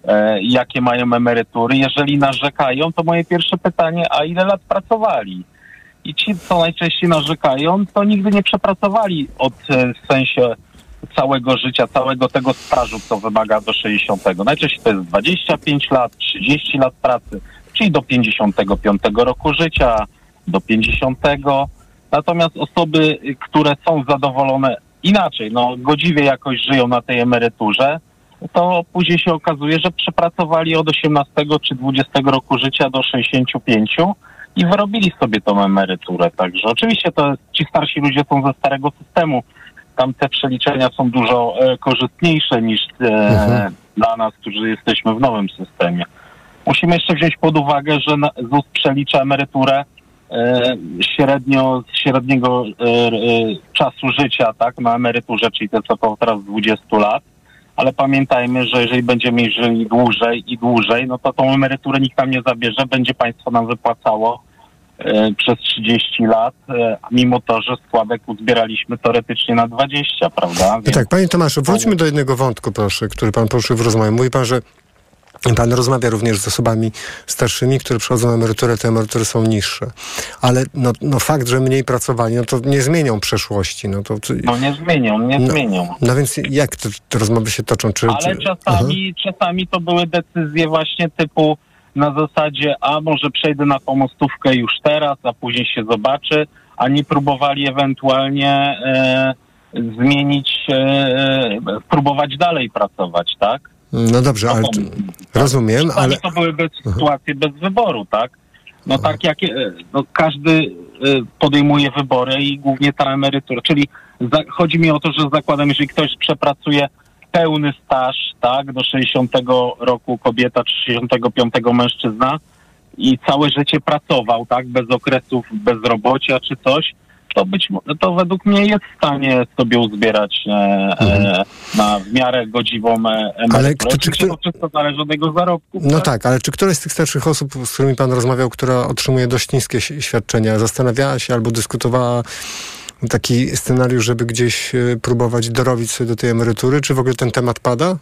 jakie mają emerytury. Jeżeli narzekają, to moje pierwsze pytanie, a ile lat pracowali? I ci, co najczęściej narzekają, to nigdy nie przepracowali od w sensie całego życia, całego tego stażu, co wymaga do sześćdziesiątego. Najczęściej to jest dwadzieścia pięć lat, trzydzieści lat pracy, czyli do pięćdziesiątego piątego roku życia, do pięćdziesiątego. Natomiast osoby, które są zadowolone inaczej, no godziwie jakoś żyją na tej emeryturze, to później się okazuje, że przepracowali od osiemnastego czy dwudziestego roku życia do sześćdziesięciu pięciu i wyrobili sobie tą emeryturę. Także oczywiście to ci starsi ludzie są ze starego systemu. Tam te przeliczenia są dużo e, korzystniejsze niż e, mhm. dla nas, którzy jesteśmy w nowym systemie. Musimy jeszcze wziąć pod uwagę, że Z U S przelicza emeryturę E, średnio z średniego e, e, czasu życia, tak, na emeryturze, czyli to co po teraz dwudziestu lat, ale pamiętajmy, że jeżeli będziemy żyli dłużej i dłużej, no to tą emeryturę nikt nam nie zabierze, będzie państwo nam wypłacało e, przez trzydzieści lat, e, mimo to, że składek uzbieraliśmy teoretycznie na dwadzieścia, prawda? Więc... Tak, panie Tomaszu, wróćmy do jednego wątku, proszę, który pan poruszył w rozmowie. Mówi pan, że pan rozmawia również z osobami starszymi, które przychodzą na emeryturę, te emerytury są niższe. Ale no, no fakt, że mniej pracowali, no to nie zmienią przeszłości. No, to, no nie zmienią, nie no, zmienią. No więc jak te, te rozmowy się toczą? Czy, Ale czy... czasami, czasami to były decyzje właśnie typu na zasadzie, a może przejdę na pomostówkę już teraz, a później się zobaczy, a nie próbowali ewentualnie e, zmienić, e, próbować dalej pracować, tak? No dobrze, ale no, rozumiem, czasami ale... to były bez, sytuacje bez wyboru, tak? No tak jak no, każdy podejmuje wybory i głównie ta emerytura, czyli za, chodzi mi o to, że zakładam, jeżeli ktoś przepracuje pełny staż, tak, do sześćdziesiątego roku kobieta czy sześćdziesiątego piątego mężczyzna i całe życie pracował, tak, bez okresów bezrobocia czy coś, to być to według mnie jest w stanie sobie uzbierać e, mhm. na w miarę godziwą emeryturę. Ale kto, czy, kto... to wszystko zależy od jego zarobku. No tak? tak, ale czy któraś z tych starszych osób, z którymi pan rozmawiał, która otrzymuje dość niskie świadczenia, zastanawiała się albo dyskutowała taki scenariusz, żeby gdzieś próbować dorobić sobie do tej emerytury? Czy w ogóle ten temat pada?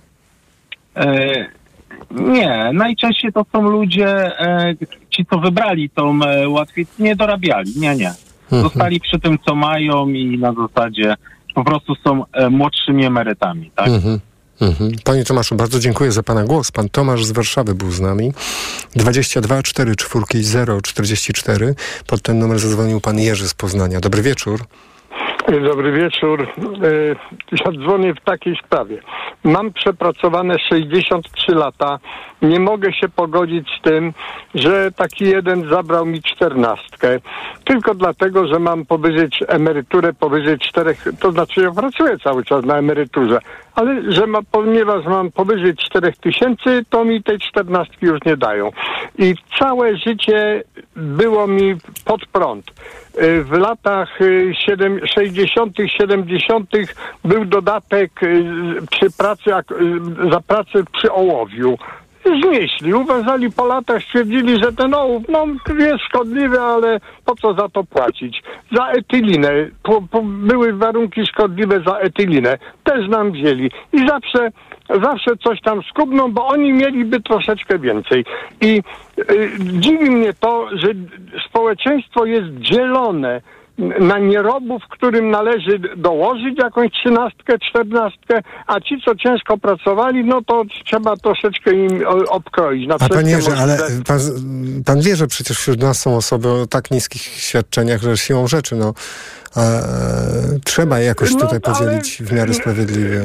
E, nie, najczęściej to są ludzie, e, ci co wybrali tą e, łatwiej, nie dorabiali, nie, nie. Zostali przy tym, co mają i na zasadzie po prostu są e, młodszymi emerytami, tak? Mhm. Mhm. Panie Tomaszu, bardzo dziękuję za pana głos. Pan Tomasz z Warszawy był z nami. dwadzieścia dwa czterdzieści cztery zero czterdzieści cztery. Pod ten numer zadzwonił pan Jerzy z Poznania. Dobry wieczór. Dobry wieczór. Ja dzwonię w takiej sprawie. Mam przepracowane sześćdziesiąt trzy lata. Nie mogę się pogodzić z tym, że taki jeden zabrał mi czternastkę. Tylko dlatego, że mam powyżej emeryturę powyżej czterech, to znaczy ja pracuję cały czas na emeryturze, ale że ma, ponieważ mam powyżej czterech tysięcy, to mi tej czternastki już nie dają. I całe życie było mi pod prąd. W latach sześćdziesiątych, siedemdziesiątych był dodatek przy pracy, za pracę przy ołowiu. Znieśli. Uważali po latach, stwierdzili, że ten ołów no, jest szkodliwy, ale po co za to płacić? Za etylinę. Po, po, były warunki szkodliwe za etylinę. Też nam wzięli. I zawsze, zawsze coś tam skubną, bo oni mieliby troszeczkę więcej. I y, dziwi mnie to, że społeczeństwo jest dzielone na nierobów, którym należy dołożyć jakąś trzynastkę, czternastkę, a ci, co ciężko pracowali, no to trzeba troszeczkę im obkroić. Na a panie Jerzy, ale pan, pan wie, że przecież wśród nas są osoby o tak niskich świadczeniach, że siłą rzeczy, no e, trzeba je jakoś tutaj no, podzielić ale... w miarę sprawiedliwie.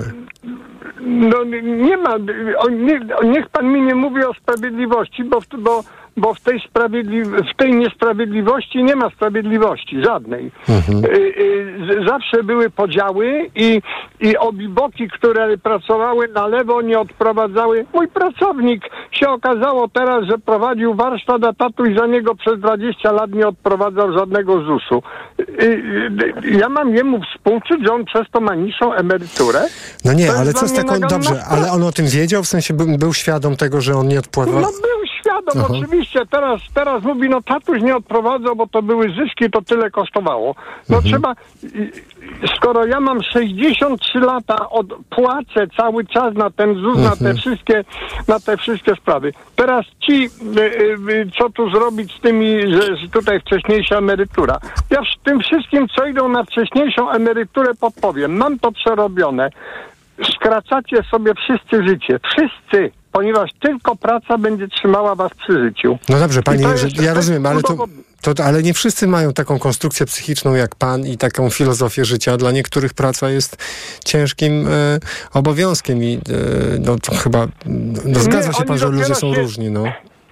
No nie ma, nie, niech pan mi nie mówi o sprawiedliwości, bo, bo bo w tej, sprawiedli- w tej niesprawiedliwości nie ma sprawiedliwości żadnej. Mhm. Y- y- zawsze były podziały i, i obiboki, które pracowały na lewo, nie odprowadzały. Mój pracownik się okazało teraz, że prowadził warsztat, a tatuś za niego przez dwadzieścia lat nie odprowadzał żadnego zusu. Y- y- ja mam jemu współczuć, że on przez to ma niższą emeryturę? No nie, ale co z taką... Dobrze, ale on o tym wiedział? W sensie był, był świadom tego, że on nie odpływał? No był świadom, Aha. oczywiście. Teraz, teraz mówi, no tatuś nie odprowadzał, bo to były zyski, to tyle kosztowało. No mhm. trzeba, skoro ja mam sześćdziesiąt trzy lata, od, płacę cały czas na ten Z U S, mhm. na te wszystkie, na te wszystkie sprawy. Teraz ci, y, y, co tu zrobić z tymi, że, że tutaj wcześniejsza emerytura. Ja w tym wszystkim, co idą na wcześniejszą emeryturę, podpowiem. Mam to przerobione. Skracacie sobie wszyscy życie. Wszyscy. Ponieważ tylko praca będzie trzymała was przy życiu. No dobrze, panie Jerzy, ja rozumiem, ale to, to, ale nie wszyscy mają taką konstrukcję psychiczną jak pan i taką filozofię życia. Dla niektórych praca jest ciężkim e, obowiązkiem i e, no to chyba, no zgadza nie, się pan, że ludzie są się... różni, no.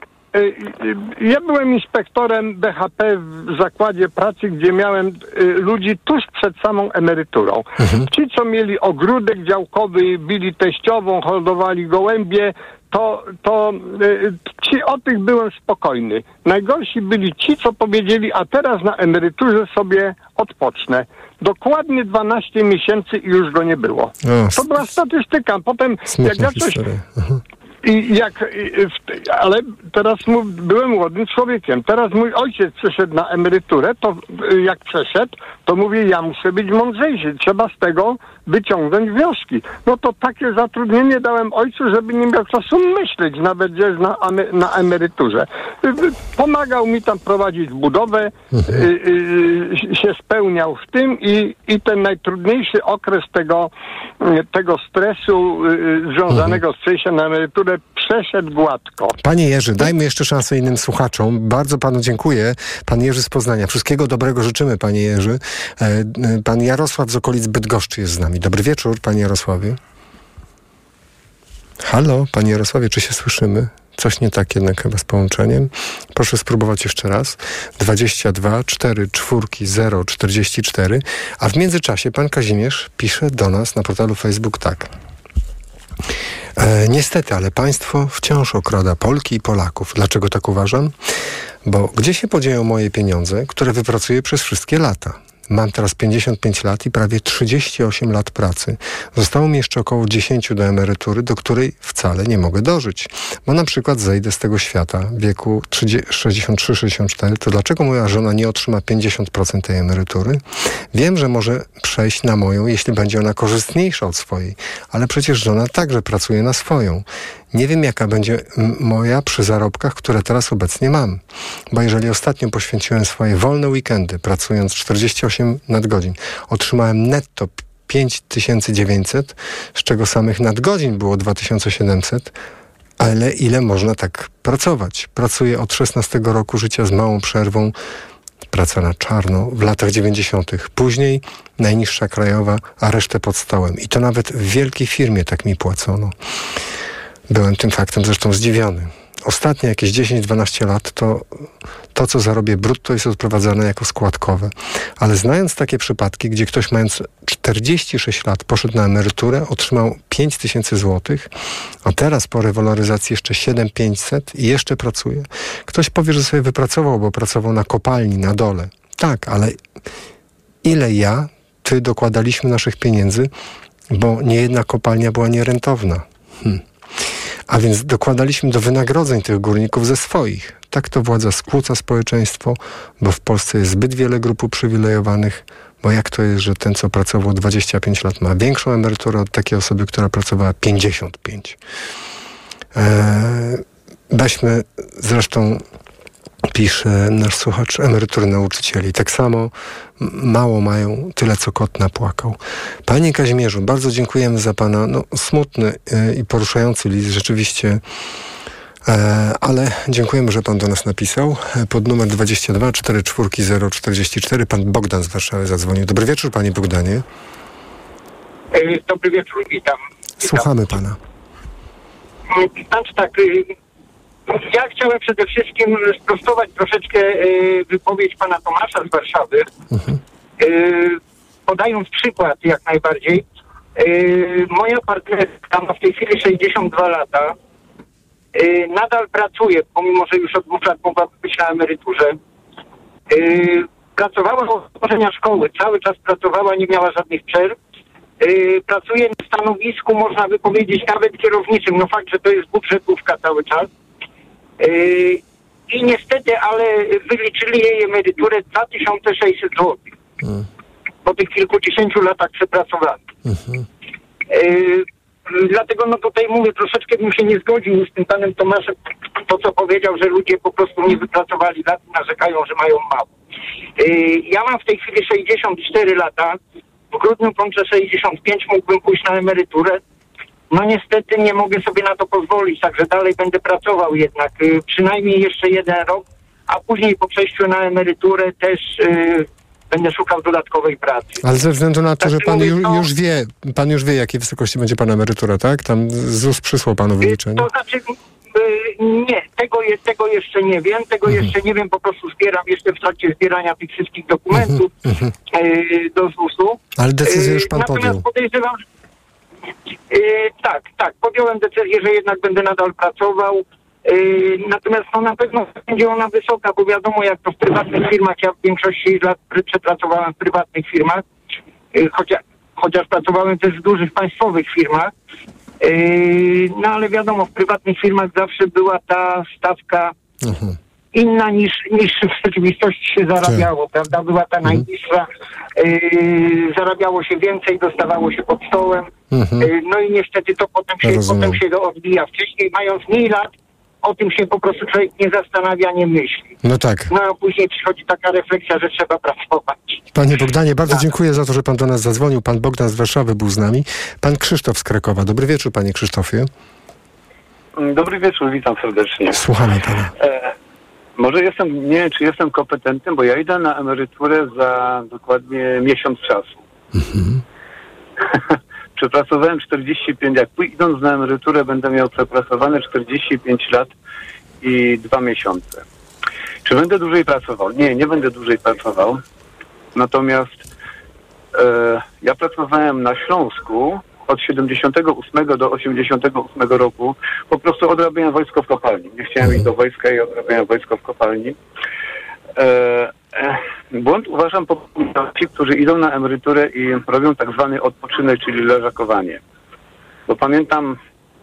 Ja byłem inspektorem B H P w zakładzie pracy, gdzie miałem ludzi tuż przed samą emeryturą. Mhm. Ci, co mieli ogródek działkowy, bili teściową, hodowali gołębie, to, to ci, o tych byłem spokojny. Najgorsi byli ci, co powiedzieli, a teraz na emeryturze sobie odpocznę. Dokładnie dwanaście miesięcy i już go nie było. O, to była statystyka. Potem jak ja coś... I jak, ale teraz byłem młodym człowiekiem. Teraz mój ojciec przeszedł na emeryturę, to jak przeszedł, to mówię, ja muszę być mądrzejszy. Trzeba z tego wyciągnąć wnioski. No to takie zatrudnienie dałem ojcu, żeby nie miał czasu myśleć, nawet że jest na, na emeryturze. Pomagał mi tam prowadzić budowę, mhm. y, y, się spełniał w tym i, i ten najtrudniejszy okres tego, tego stresu y, związanego mhm. z przejściem na emeryturę przeszedł gładko. Panie Jerzy, dajmy jeszcze szansę innym słuchaczom. Bardzo panu dziękuję. Pan Jerzy z Poznania. Wszystkiego dobrego życzymy, panie Jerzy. Pan Jarosław z okolic Bydgoszczy jest z nami. Dobry wieczór, panie Jarosławie. Halo, panie Jarosławie, czy się słyszymy? Coś nie tak jednak chyba z połączeniem. Proszę spróbować jeszcze raz. dwadzieścia dwa cztery cztery zero czterdzieści cztery. A w międzyczasie pan Kazimierz pisze do nas na portalu Facebook tak. E, niestety, ale państwo wciąż okrada Polki i Polaków. Dlaczego tak uważam? Bo gdzie się podzieją moje pieniądze, które wypracuję przez wszystkie lata? Mam teraz pięćdziesiąt pięć lat i prawie trzydzieści osiem lat pracy. Zostało mi jeszcze około dziesięć do emerytury, do której wcale nie mogę dożyć. Bo na przykład zejdę z tego świata w wieku sześćdziesiąt trzy sześćdziesiąt cztery, to dlaczego moja żona nie otrzyma pięćdziesiąt procent tej emerytury? Wiem, że może przejść na moją, jeśli będzie ona korzystniejsza od swojej, ale przecież żona także pracuje na swoją. Nie wiem, jaka będzie m- moja przy zarobkach, które teraz obecnie mam. Bo jeżeli ostatnio poświęciłem swoje wolne weekendy, pracując czterdzieści osiem nadgodzin, otrzymałem netto pięć tysięcy dziewięćset, z czego samych nadgodzin było dwa tysiące siedemset, ale ile można tak pracować? Pracuję od szesnastego roku życia z małą przerwą praca na czarno w latach dziewięćdziesiątych. Później najniższa krajowa, a resztę pod stołem. I to nawet w wielkiej firmie tak mi płacono. Byłem tym faktem zresztą zdziwiony. Ostatnie jakieś dziesięć dwanaście lat to to, co zarobię brutto, jest odprowadzane jako składkowe. Ale znając takie przypadki, gdzie ktoś mając czterdzieści sześć lat poszedł na emeryturę, otrzymał pięć tysięcy złotych, a teraz po rewaloryzacji jeszcze siedem tysięcy pięćset i jeszcze pracuje. Ktoś powie, że sobie wypracował, bo pracował na kopalni, na dole. Tak, ale ile ja, ty dokładaliśmy naszych pieniędzy, bo niejedna kopalnia była nierentowna. Hm. A więc dokładaliśmy do wynagrodzeń tych górników ze swoich. Tak to władza skłóca społeczeństwo, bo w Polsce jest zbyt wiele grup uprzywilejowanych, bo jak to jest, że ten, co pracował dwadzieścia pięć lat, ma większą emeryturę od takiej osoby, która pracowała pięćdziesiąt pięć. Eee, weźmy zresztą, pisze nasz słuchacz, emerytury nauczycieli. Tak samo mało mają, tyle co kot napłakał. Panie Kazimierzu, bardzo dziękujemy za pana no, smutny yy, i poruszający list, rzeczywiście, e, ale dziękujemy, że pan do nas napisał. Pod numer dwadzieścia dwa czterdzieści cztery zero czterdzieści cztery pan Bogdan z Warszawy zadzwonił. Dobry wieczór, panie Bogdanie. Dobry wieczór, witam. Słuchamy pana. Znaczy tak, ja chciałem przede wszystkim sprostować troszeczkę wypowiedź pana Tomasza z Warszawy, mhm. podając przykład jak najbardziej. Moja partnerka ma w tej chwili sześćdziesiąt dwa lata, nadal pracuje, pomimo że już od dwóch lat mogła być na emeryturze. Pracowała od tworzenia szkoły, cały czas pracowała, nie miała żadnych przerw. Pracuje na stanowisku, można by powiedzieć, nawet kierowniczym. No fakt, że to jest budżetówka cały czas. I niestety, ale wyliczyli jej emeryturę dwa tysiące sześćset złotych. Hmm. Po tych kilkudziesięciu latach przepracowanych. Hmm. Dlatego no tutaj mówię, troszeczkę bym się nie zgodził z tym panem Tomaszem, to co powiedział, że ludzie po prostu nie wypracowali lat i narzekają, że mają mało. Ja mam w tej chwili sześćdziesiąt cztery lata. W grudniu kończę sześćdziesiąt pięć, mógłbym pójść na emeryturę. No niestety nie mogę sobie na to pozwolić, także dalej będę pracował jednak y, przynajmniej jeszcze jeden rok, a później po przejściu na emeryturę też y, będę szukał dodatkowej pracy. Ale ze względu na to, tak, że pan mówię, już, no, już wie, pan już wie, jakiej wysokości będzie pana emerytura, tak? Tam ZUS przysłał panu wyliczenie. To znaczy, y, nie, tego, je, tego jeszcze nie wiem, tego mhm. jeszcze nie wiem, po prostu zbieram jeszcze w trakcie zbierania tych wszystkich dokumentów mhm. y, do zusu. Ale decyzję już pan Natomiast podjął. podejrzewam, Yy, tak, tak. Podjąłem decyzję, że jednak będę nadal pracował. Yy, natomiast no, na pewno będzie ona wysoka, bo wiadomo, jak to w prywatnych firmach. Ja w większości lat przepracowałem w prywatnych firmach, yy, chociaż, chociaż pracowałem też w dużych państwowych firmach. Yy, no ale wiadomo, w prywatnych firmach zawsze była ta stawka mhm. inna niż, niż w rzeczywistości się zarabiało, tak. prawda? Była ta mhm. najniższa, yy, zarabiało się więcej, dostawało się pod stołem, mhm. yy, no i niestety to potem się, potem się odbija. Wcześniej, mając mniej lat, o tym się po prostu człowiek nie zastanawia, nie myśli. No tak. No a później przychodzi taka refleksja, że trzeba pracować. Panie Bogdanie, bardzo tak. dziękuję za to, że pan do nas zadzwonił. Pan Bogdan z Warszawy był z nami. Pan Krzysztof z Krakowa. Dobry wieczór, panie Krzysztofie. Dobry wieczór, witam serdecznie. Słuchamy pana. E, może jestem, nie wiem, czy jestem kompetentny, bo ja idę na emeryturę za dokładnie miesiąc czasu. Mhm. Przepracowałem czterdzieści pięć, jak idąc na emeryturę będę miał przepracowane czterdzieści pięć lat i dwa miesiące. Czy będę dłużej pracował? Nie, nie będę dłużej pracował. Natomiast e, ja pracowałem na Śląsku od siedemdziesiątego ósmego do osiemdziesiątego ósmego roku. Po prostu odrabiałem wojsko w kopalni. Nie chciałem iść do wojska i odrabiałem wojsko w kopalni. E, e, błąd uważam po ci, którzy idą na emeryturę i robią tak zwany odpoczynek, czyli leżakowanie. Bo pamiętam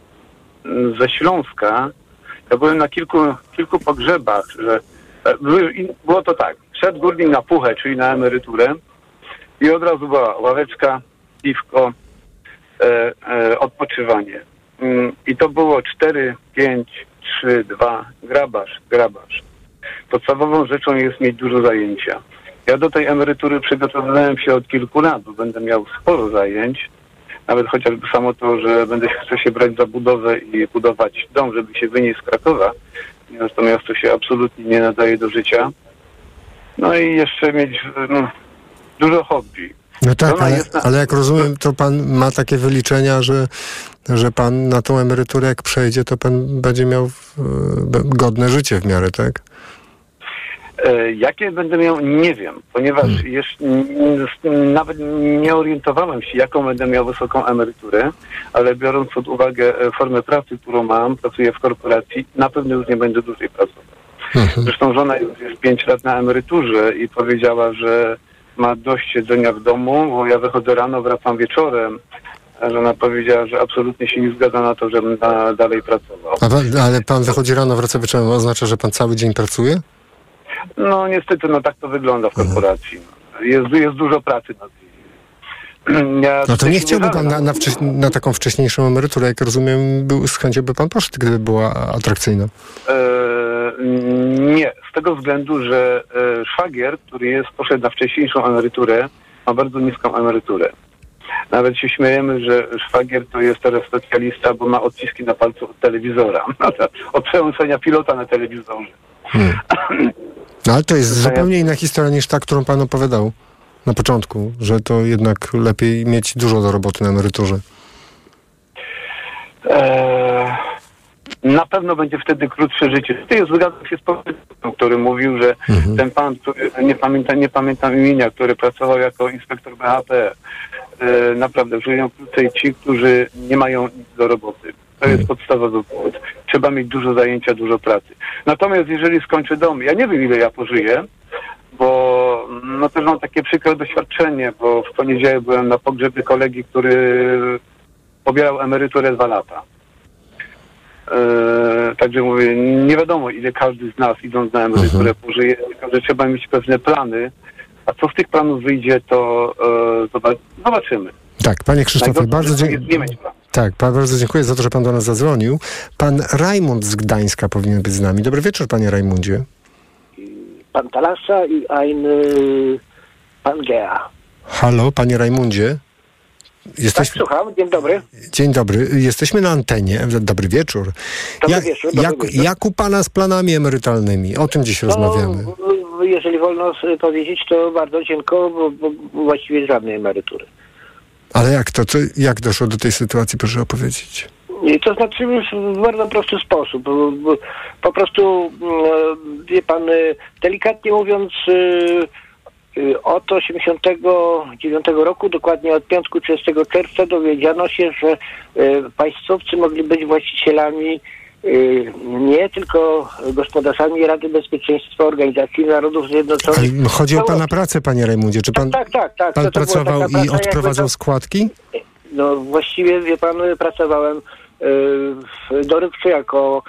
ze Śląska, ja byłem na kilku, kilku pogrzebach, że było to tak, szedł górnik na puchę, czyli na emeryturę i od razu była ławeczka, piwko, e, e, odpoczywanie. Mm, I to było cztery, pięć, trzy, dwa, grabarz, grabarz. Podstawową rzeczą jest mieć dużo zajęcia. Ja do tej emerytury przygotowywałem się od kilku lat, bo będę miał sporo zajęć. Nawet chociażby samo to, że będę chcę się brać za budowę i budować dom, żeby się wynieść z Krakowa. Natomiast to się absolutnie nie nadaje do życia. No i jeszcze mieć no, dużo hobby. No tak, ale, na... ale jak rozumiem, to pan ma takie wyliczenia, że, że pan na tą emeryturę jak przejdzie, to pan będzie miał godne życie w miarę, tak? E, jakie będę miał, nie wiem, ponieważ hmm. jeszcze, n, nawet nie orientowałem się, jaką będę miał wysoką emeryturę, ale biorąc pod uwagę formę pracy, którą mam, pracuję w korporacji, na pewno już nie będę dłużej pracował. Hmm. Zresztą żona już jest pięć lat na emeryturze i powiedziała, że ma dość siedzenia w domu, bo ja wychodzę rano, wracam wieczorem. A żona powiedziała, że absolutnie się nie zgadza na to, żebym na, dalej pracował. A pan, ale pan wychodzi rano, wraca wieczorem, oznacza, że pan cały dzień pracuje? No niestety, no tak to wygląda w korporacji. Jest, jest dużo pracy na tym. Ja no to nie chciałby pan na, na, wcześ, na taką wcześniejszą emeryturę, jak rozumiem, był, z chęcią by pan poszedł, gdyby była atrakcyjna. E, nie, z tego względu, że e, szwagier, który jest, poszedł na wcześniejszą emeryturę, ma bardzo niską emeryturę. Nawet się śmiejemy, że szwagier to jest teraz specjalista, bo ma odciski na palcu od telewizora. Od przełączenia pilota na telewizorze. Hmm. No ale to jest zupełnie inna historia niż ta, którą pan opowiadał na początku, że to jednak lepiej mieć dużo do roboty na emeryturze. Eee, na pewno będzie wtedy krótsze życie. Tutaj zgadzam się z politykiem, który mówił, że mhm. ten pan, który, nie pamiętam, nie pamiętam imienia, który pracował jako inspektor B H P, e, naprawdę żyją krócej ci, którzy nie mają nic do roboty. To jest podstawowy powód. Trzeba mieć dużo zajęcia, dużo pracy. Natomiast jeżeli skończę dom, ja nie wiem, ile ja pożyję, bo no też mam takie przykre doświadczenie, bo w poniedziałek byłem na pogrzebie kolegi, który pobierał emeryturę dwa lata. Eee, także mówię, nie wiadomo, ile każdy z nas, idąc na emeryturę, mhm. pożyje, tylko że trzeba mieć pewne plany, a co z tych planów wyjdzie, to e, zobaczymy. Tak, panie Krzysztofie, bardzo dziękuję. Tak, bardzo dziękuję za to, że pan do nas zadzwonił. Pan Rajmund z Gdańska powinien być z nami. Dobry wieczór, panie Rajmundzie. Pan Talasa i ein pan Gea. Halo, panie Rajmundzie. Jesteś... Tak, słucham, dzień dobry. Dzień dobry, jesteśmy na antenie. Dobry wieczór. Dobry ja, wieczór, dobry jak, wieczór. jak u pana z planami emerytalnymi? O tym dziś no, rozmawiamy. Jeżeli wolno powiedzieć, to bardzo cienko, bo, bo właściwie żadnej emerytury. Ale jak to? to? Jak doszło do tej sytuacji, proszę opowiedzieć? To znaczy w bardzo prosty sposób. Po prostu, wie pan, delikatnie mówiąc, od osiemdziesiątego dziewiątego roku, dokładnie od piątku trzydziestego czerwca, dowiedziano się, że państwowcy mogli być właścicielami nie tylko gospodarzami Rady Bezpieczeństwa Organizacji Narodów Zjednoczonych. Ale chodzi o pana pracę, panie Rajmundzie. Czy pan, tak, tak, tak. pan to, to pracował i odprowadzał to, składki? No właściwie, wie pan, pracowałem y, dorywczy jako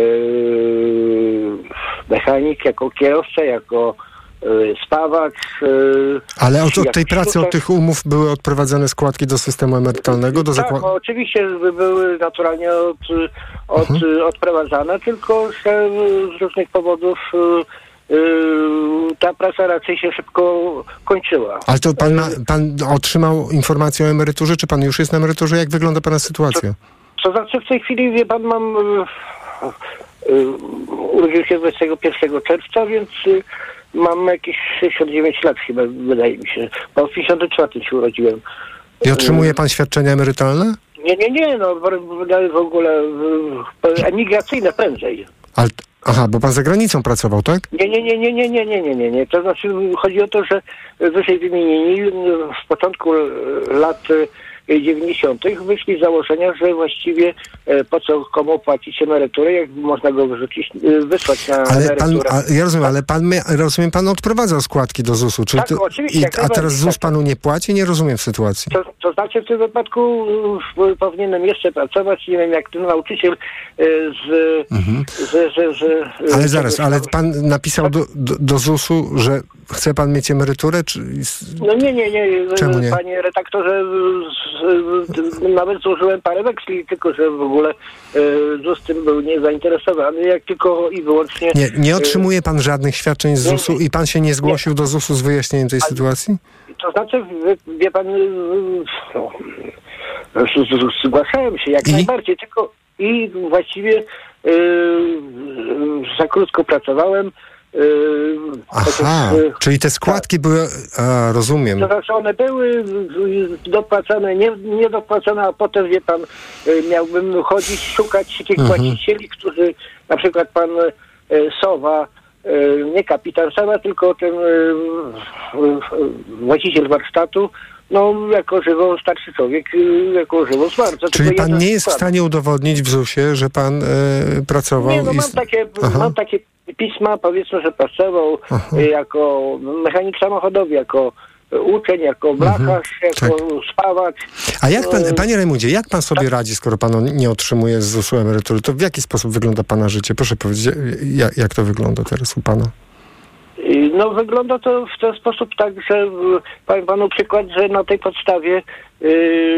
y, mechanik, jako kierowca, jako y, spawacz. Y, Ale od, od tej pracy, sztuczek. od tych umów były odprowadzane składki do systemu emerytalnego? Do tak, zakładu? no, oczywiście były naturalnie od, od, mhm. odprowadzane, tylko że z różnych powodów y, y, ta praca raczej się szybko kończyła. Ale to pan, ma, pan otrzymał informację o emeryturze, czy pan już jest na emeryturze? Jak wygląda pana sytuacja? To, to znaczy w tej chwili, wie pan, mam y, y, urodził się dwudziestego pierwszego czerwca, więc y, mam jakieś sześćdziesiąt dziewięć lat chyba, wydaje mi się. Bo w pięćdziesiątym czwartym się urodziłem. I otrzymuje pan świadczenia emerytalne? Nie, nie, nie, no w ogóle emigracyjne prędzej. Ale, aha, bo pan za granicą pracował, tak? Nie, nie, nie, nie, nie, nie, nie, nie, nie, nie. To znaczy chodzi o to, że wyżej wymienieni w początku lat dziewięćdziesiątych wyszli z założenia, że właściwie po co komu płacić emeryturę, jak można go wyrzucić, wysłać na ale emeryturę. Pan, a, ja rozumiem, ale pan, rozumiem, pan odprowadzał składki do zusu. Czy tak, to, oczywiście. I, jak a teraz ZUS panu nie płaci? Nie rozumiem sytuacji. To, to znaczy w tym wypadku y, powinienem jeszcze pracować, nie wiem, jak ten nauczyciel y, z, mhm. z, z, z, z... Ale zaraz, ale pan napisał do, do, do zusu, że chce pan mieć emeryturę? Czy... No nie, nie, nie. Czemu nie? Panie redaktorze, z, z, nawet złożyłem parę weksli, tylko że w ogóle y, ZUS tym był niezainteresowany, jak tylko i wyłącznie... Nie, nie otrzymuje pan żadnych świadczeń z zusu i pan się nie zgłosił nie. do zusu z wyjaśnieniem tej sytuacji? To znaczy, wie, wie pan, no, zgłaszałem się jak I? najbardziej, tylko i właściwie yy, za krótko pracowałem, yy, Aha, Otóż, czyli te składki tak. były... A, rozumiem. To znaczy one były dopłacane, nie, nie dopłacone, a potem, wie pan, miałbym chodzić, szukać tych mhm. właścicieli, którzy, na przykład pan Sowa, nie kapitan Sowa, tylko ten właściciel warsztatu, no, jako żywo starszy człowiek, jako żywo zmarł. Czyli pan nie jest w stanie udowodnić w zusie, że pan e, pracował... Nie, no mam, i... takie, mam takie pisma, powiedzmy, że pracował Aha. jako mechanik samochodowy, jako uczeń, jako blacharz, mhm, jako tak. spawacz. A jak pan, panie Rajmundzie, jak pan sobie tak? radzi, skoro pan nie otrzymuje z zusu emerytury? To w jaki sposób wygląda pana życie? Proszę powiedzieć, jak, jak to wygląda teraz u pana? No wygląda to w ten sposób tak, że powiem panu przykład, że na tej podstawie yy,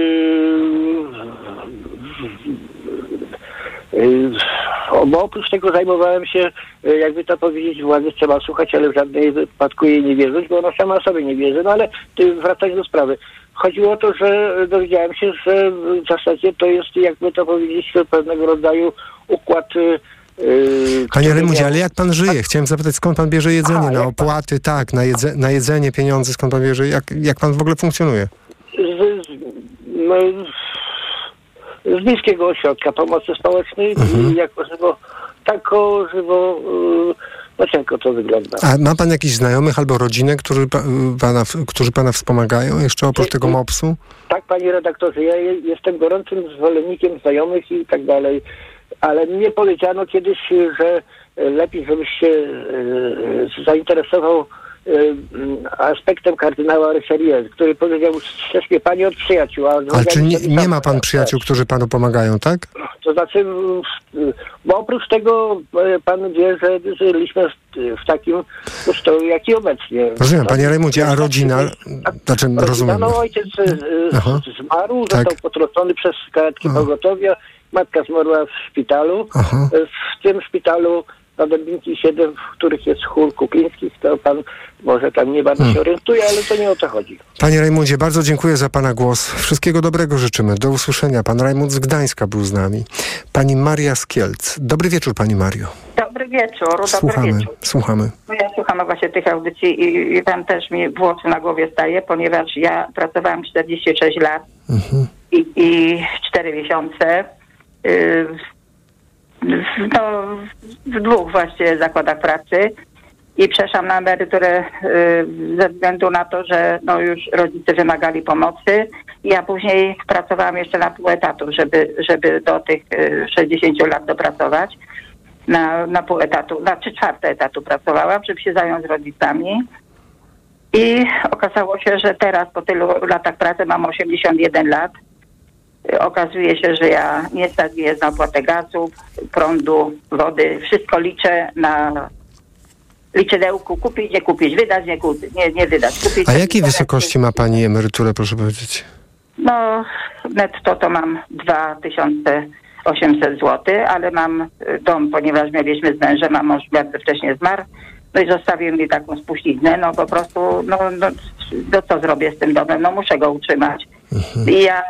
yy, bo oprócz tego zajmowałem się, jakby to powiedzieć, władzy trzeba słuchać, ale w żadnej wypadku jej nie wierzyć, bo ona sama sobie nie wierzy. No ale wracając do sprawy. Chodziło o to, że dowiedziałem się, że w zasadzie to jest, jakby to powiedzieć, pewnego rodzaju układ. Yy, Panie Rajmundzie, ale jak pan żyje? Chciałem zapytać, skąd pan bierze jedzenie, Aha, na opłaty, pan... tak, na, jedze, na jedzenie, pieniądze, skąd pan bierze, jak, jak pan w ogóle funkcjonuje? Z, z, no, z bliskiego ośrodka pomocy społecznej, mhm. jako żywo, tako żywo, yy, no cienko to wygląda. A ma pan jakichś znajomych albo rodzinę, którzy pana, którzy pana wspomagają jeszcze oprócz tego mopsu? Tak, panie redaktorze, ja jestem gorącym zwolennikiem znajomych i tak dalej. Ale mnie powiedziano kiedyś, że lepiej, żebyś się e, zainteresował e, aspektem kardynała Richelieu, który powiedział, strzeż mnie pani od przyjaciół. A Ale czy nie, nie ma pan przyjaciół, którzy panu pomagają, tak? To znaczy, bo oprócz tego pan wie, że żyliśmy w takim ustroju, jak i obecnie. Rozumiem, panie Rajmundzie, a rodzina? Znaczy, rodzina rozumiem. No ojciec Aha. zmarł, tak. został potrącony przez karetki pogotowia. Matka zmarła w szpitalu. Aha. W tym szpitalu na Dębinki siedem, w których jest chór kuklińskich, to pan może tam nie bardzo hmm. się orientuje, ale to nie o to chodzi. Panie Rajmundzie, bardzo dziękuję za pana głos. Wszystkiego dobrego życzymy. Do usłyszenia. Pan Rajmund z Gdańska był z nami. Pani Maria z Kielc. Dobry wieczór, pani Mario. Dobry wieczór. Dobry słuchamy, wieczór. słuchamy. No ja słucham właśnie tych audycji i, i tam też mi włosy na głowie staje, ponieważ ja pracowałam czterdzieści sześć lat mhm. i, i cztery miesiące no, w dwóch właściwie zakładach pracy i przeszłam na emeryturę ze względu na to, że no już rodzice wymagali pomocy i ja później pracowałam jeszcze na pół etatu, żeby, żeby do tych sześćdziesięciu lat dopracować. Na, na pół etatu, na trzy czwarte etatu pracowałam, żeby się zająć rodzicami. I okazało się, że teraz po tylu latach pracy mam osiemdziesiąt jeden lat. Okazuje się, że ja nie stać mnie na opłatę gazu, prądu, wody. Wszystko liczę na liczydełku. Kupić, nie kupić, wydać, nie kupić, nie, nie wydać. Kupić, A jakiej wysokości ma pani emeryturę, proszę powiedzieć? No, netto to mam dwa tysiące osiemset złotych, ale mam dom, ponieważ mieliśmy z mężem, a mąż bardzo wcześnie zmarł. No i zostawił mi taką spuściznę, no po prostu, no, no, no co zrobię z tym domem? No muszę go utrzymać. Mhm. I ja,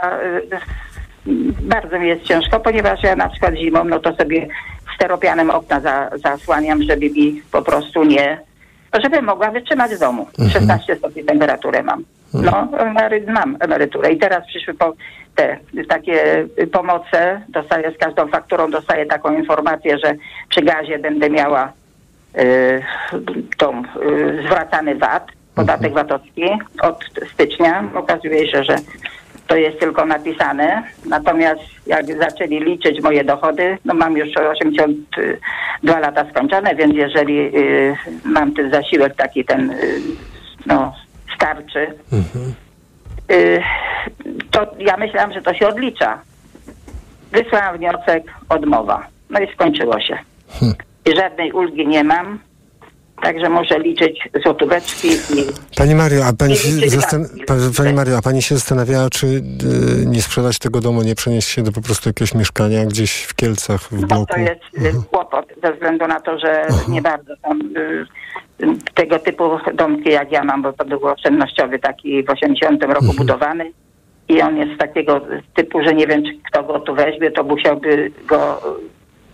bardzo mi jest ciężko, ponieważ ja na przykład zimą, no to sobie steropianem okna za, zasłaniam, żeby mi po prostu nie, żeby mogła wytrzymać w domu. Mhm. szesnaście stopni temperaturę mam. No, mam emeryturę i teraz przyszły po te takie pomoce, dostaję z każdą fakturą, dostaję taką informację, że przy gazie będę miała y, tą y, zwracany V A T, podatek VAT-owski od stycznia. Okazuje się, że to jest tylko napisane, natomiast jak zaczęli liczyć moje dochody, no mam już osiemdziesiąt dwa lata skończone, więc jeżeli y, mam ten zasiłek taki ten, y, no starczy, mhm. y, to ja myślałam, że to się odlicza. Wysłałam wniosek, odmowa. No i skończyło się. Hmm. I żadnej ulgi nie mam, także muszę liczyć złotóweczki. I, Pani Mario, a pani, się zastan- pani Mario, a pani się zastanawiała, czy y, nie sprzedać tego domu, nie przenieść się do po prostu jakiegoś mieszkania gdzieś w Kielcach, w bloku? No to jest mhm. kłopot, ze względu na to, że Aha. nie bardzo są y, tego typu domki jak ja mam, bo to był oszczędnościowy taki w osiemdziesiątym roku mhm. budowany i on jest takiego typu, że nie wiem, czy kto go tu weźmie, to musiałby go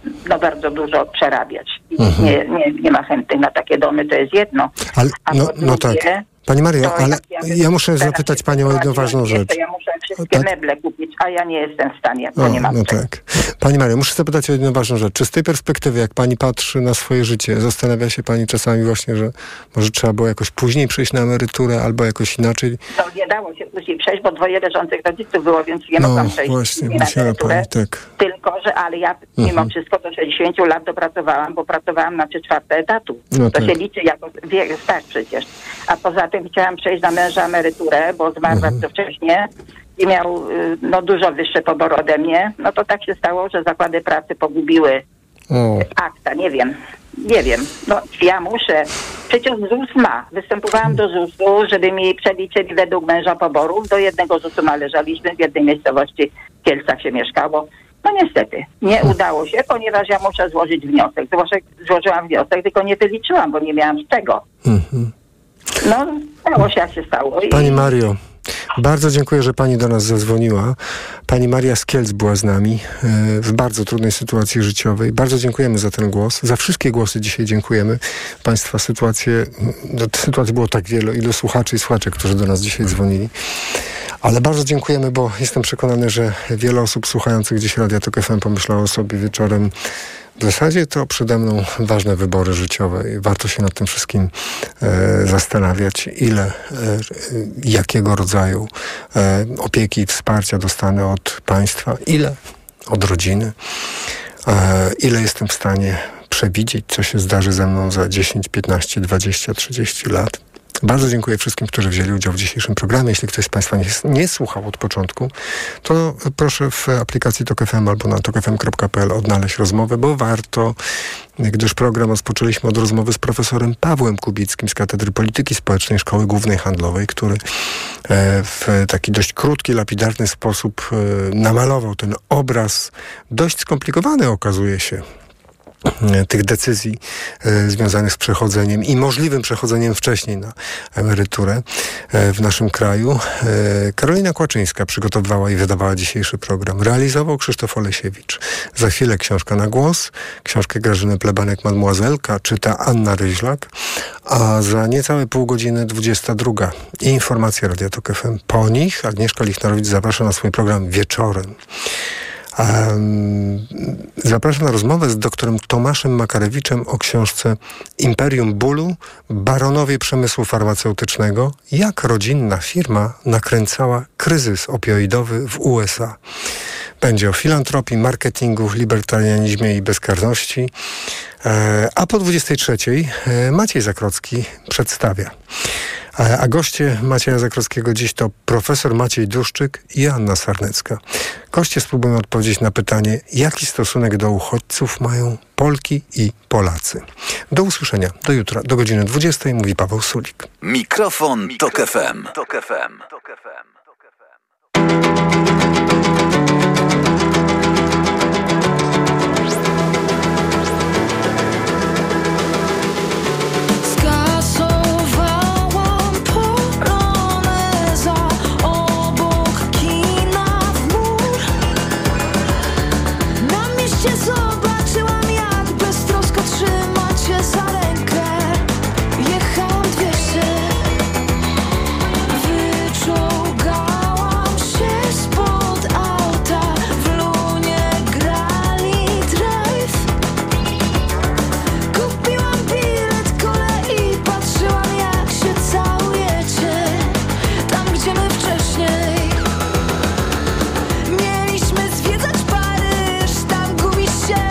no bardzo dużo przerabiać. I Mhm. nie, nie, nie ma chętnych na takie domy, to jest jedno. Ale, A no, po no tak. drugie, Pani Mario, to ale jak ja ja muszę teraz zapytać się Panią o jedną sytuacja ważną jest, rzecz. to ja muszę wszystkie Tak? meble kupić, a ja nie jestem w stanie, bo O, nie mam no czego. tak. Pani Mario, muszę zapytać o jedną ważną rzecz. Czy z tej perspektywy, jak Pani patrzy na swoje życie, zastanawia się Pani czasami właśnie, że może trzeba było jakoś później przejść na emeryturę albo jakoś inaczej? No nie dało się później przejść, bo dwoje leżących rodziców było, więc nie No mogłam przejść właśnie, na musiała emeryturę. Pani, tak. Tylko, że ale ja mimo Mhm. wszystko do sześćdziesięciu lat dopracowałam, bo pracowałam na trzy czwarte etatu. No to tak. się liczy jako wiek, tak przecież. A poza tym chciałam przejść na męża emeryturę, bo zmarł Mhm. bardzo wcześnie i miał y, no, dużo wyższe pobory ode mnie. No to tak się stało, że zakłady pracy pogubiły O. akta, nie wiem. Nie wiem. No ja muszę. Przecież Z U S ma. Występowałam do Z U S-u, żeby mi przeliczyli według męża poborów. Do jednego Z U S-u należaliśmy, w jednej miejscowości w Kielcach się mieszkało. No niestety, nie udało się, ponieważ ja muszę złożyć wniosek. Złożę, złożyłam wniosek, tylko nie wyliczyłam, bo nie miałam z czego. Mhm. No, stało się jak się stało. I... Pani Mario, bardzo dziękuję, że Pani do nas zadzwoniła. Pani Maria z Kielc była z nami e, w bardzo trudnej sytuacji życiowej. Bardzo dziękujemy za ten głos. Za wszystkie głosy dzisiaj dziękujemy. Państwa sytuacje, no, sytuacji było tak wielu, ilu słuchaczy i słuchaczek, którzy do nas dzisiaj dzwonili. Ale bardzo dziękujemy, bo jestem przekonany, że wiele osób słuchających dziś Radia Tok F M pomyślało sobie wieczorem, w zasadzie to przede mną ważne wybory życiowe i warto się nad tym wszystkim e, zastanawiać, ile, e, jakiego rodzaju e, opieki i wsparcia dostanę od państwa, ile od rodziny, e, ile jestem w stanie przewidzieć, co się zdarzy ze mną za dziesięć, piętnaście, dwadzieścia, trzydzieści lat. Bardzo dziękuję wszystkim, którzy wzięli udział w dzisiejszym programie. Jeśli ktoś z Państwa nie, nie słuchał od początku, to proszę w aplikacji Tok F M albo na tok f m kropka p l odnaleźć rozmowę, bo warto, gdyż program rozpoczęliśmy od rozmowy z profesorem Pawłem Kubickim z Katedry Polityki Społecznej Szkoły Głównej Handlowej, który w taki dość krótki, lapidarny sposób namalował ten obraz, dość skomplikowany okazuje się, tych decyzji e, związanych z przechodzeniem i możliwym przechodzeniem wcześniej na emeryturę e, w naszym kraju. E, Karolina Kłaczyńska przygotowywała i wydawała dzisiejszy program. Realizował Krzysztof Olesiewicz. Za chwilę książka na głos. Książkę Grażyny Plebanek-Mademoiselka czyta Anna Ryźlak, a za niecałe pół godziny dwudziesta druga i informacje Radia Tok F M. Po nich Agnieszka Lichnarowicz zaprasza na swój program Wieczorem. Um, zapraszam na rozmowę z doktorem Tomaszem Makarewiczem o książce Imperium Bólu, baronowie przemysłu farmaceutycznego, jak rodzinna firma nakręcała kryzys opioidowy w U S A. Będzie o filantropii, marketingu, libertarianizmie i bezkarności. E, a po dwudziestej trzeciej e, Maciej Zakrocki przedstawia. E, a goście Macieja Zakrockiego dziś to profesor Maciej Duszczyk i Anna Sarnecka. Goście spróbują odpowiedzieć na pytanie, jaki stosunek do uchodźców mają Polki i Polacy. Do usłyszenia. Do jutra. Do godziny dwudziestej mówi Paweł Sulik. Mikrofon Tok F M. Tok F M. Mieliśmy zwiedzać Paryż, tam gubić się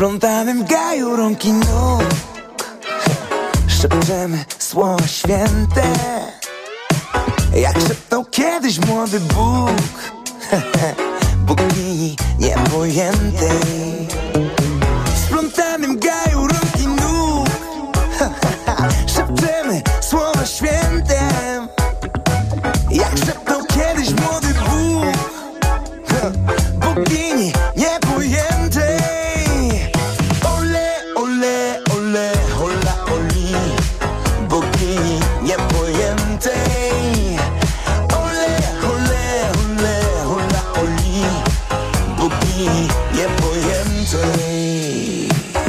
splątanym gaju rąk i nóg. Szepczemy słowa święte, jak szeptał kiedyś młody Bóg. Bogini niepojętej, w splątanym gaju rąk i nóg. Szepczemy słowa święte, jak szeptał kiedyś młody Bóg. Bogini niepojętej. Ole, ole, ole, hola, oli. Bogini niepojętej. Ole, ole, ole, hola, oli. Bogini niepojętej.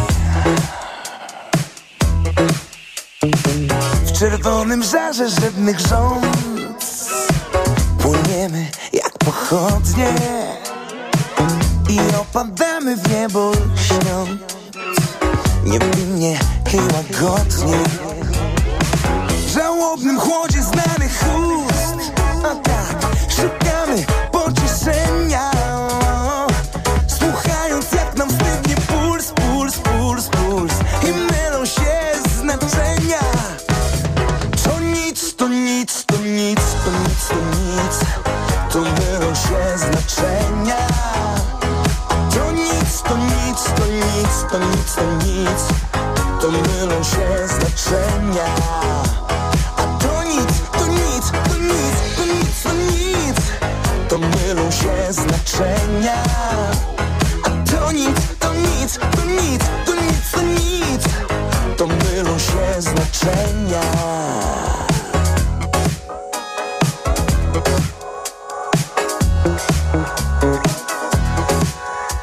W czerwonym żarze żadnych rząd płyniemy jak pochodnie i opadamy w niebo śniąc niewinnie i łagodnie. W żałobnym chłodzie znanych ust, a tak, szukamy pocieszenia, słuchając jak nam stygnie puls, puls, puls, puls i mylą się znaczenia. To nic, to nic, to nic, to nic, to nic, to mylą się znaczenia. To nic, to nic, to nic, to nic, to nic, to mylą się znaczenia. A to nic, to nic, to nic, to nic, to nic, to mylą się znaczenia. A to nic, to nic, to nic, to nic, to nic, to mylą się znaczenia.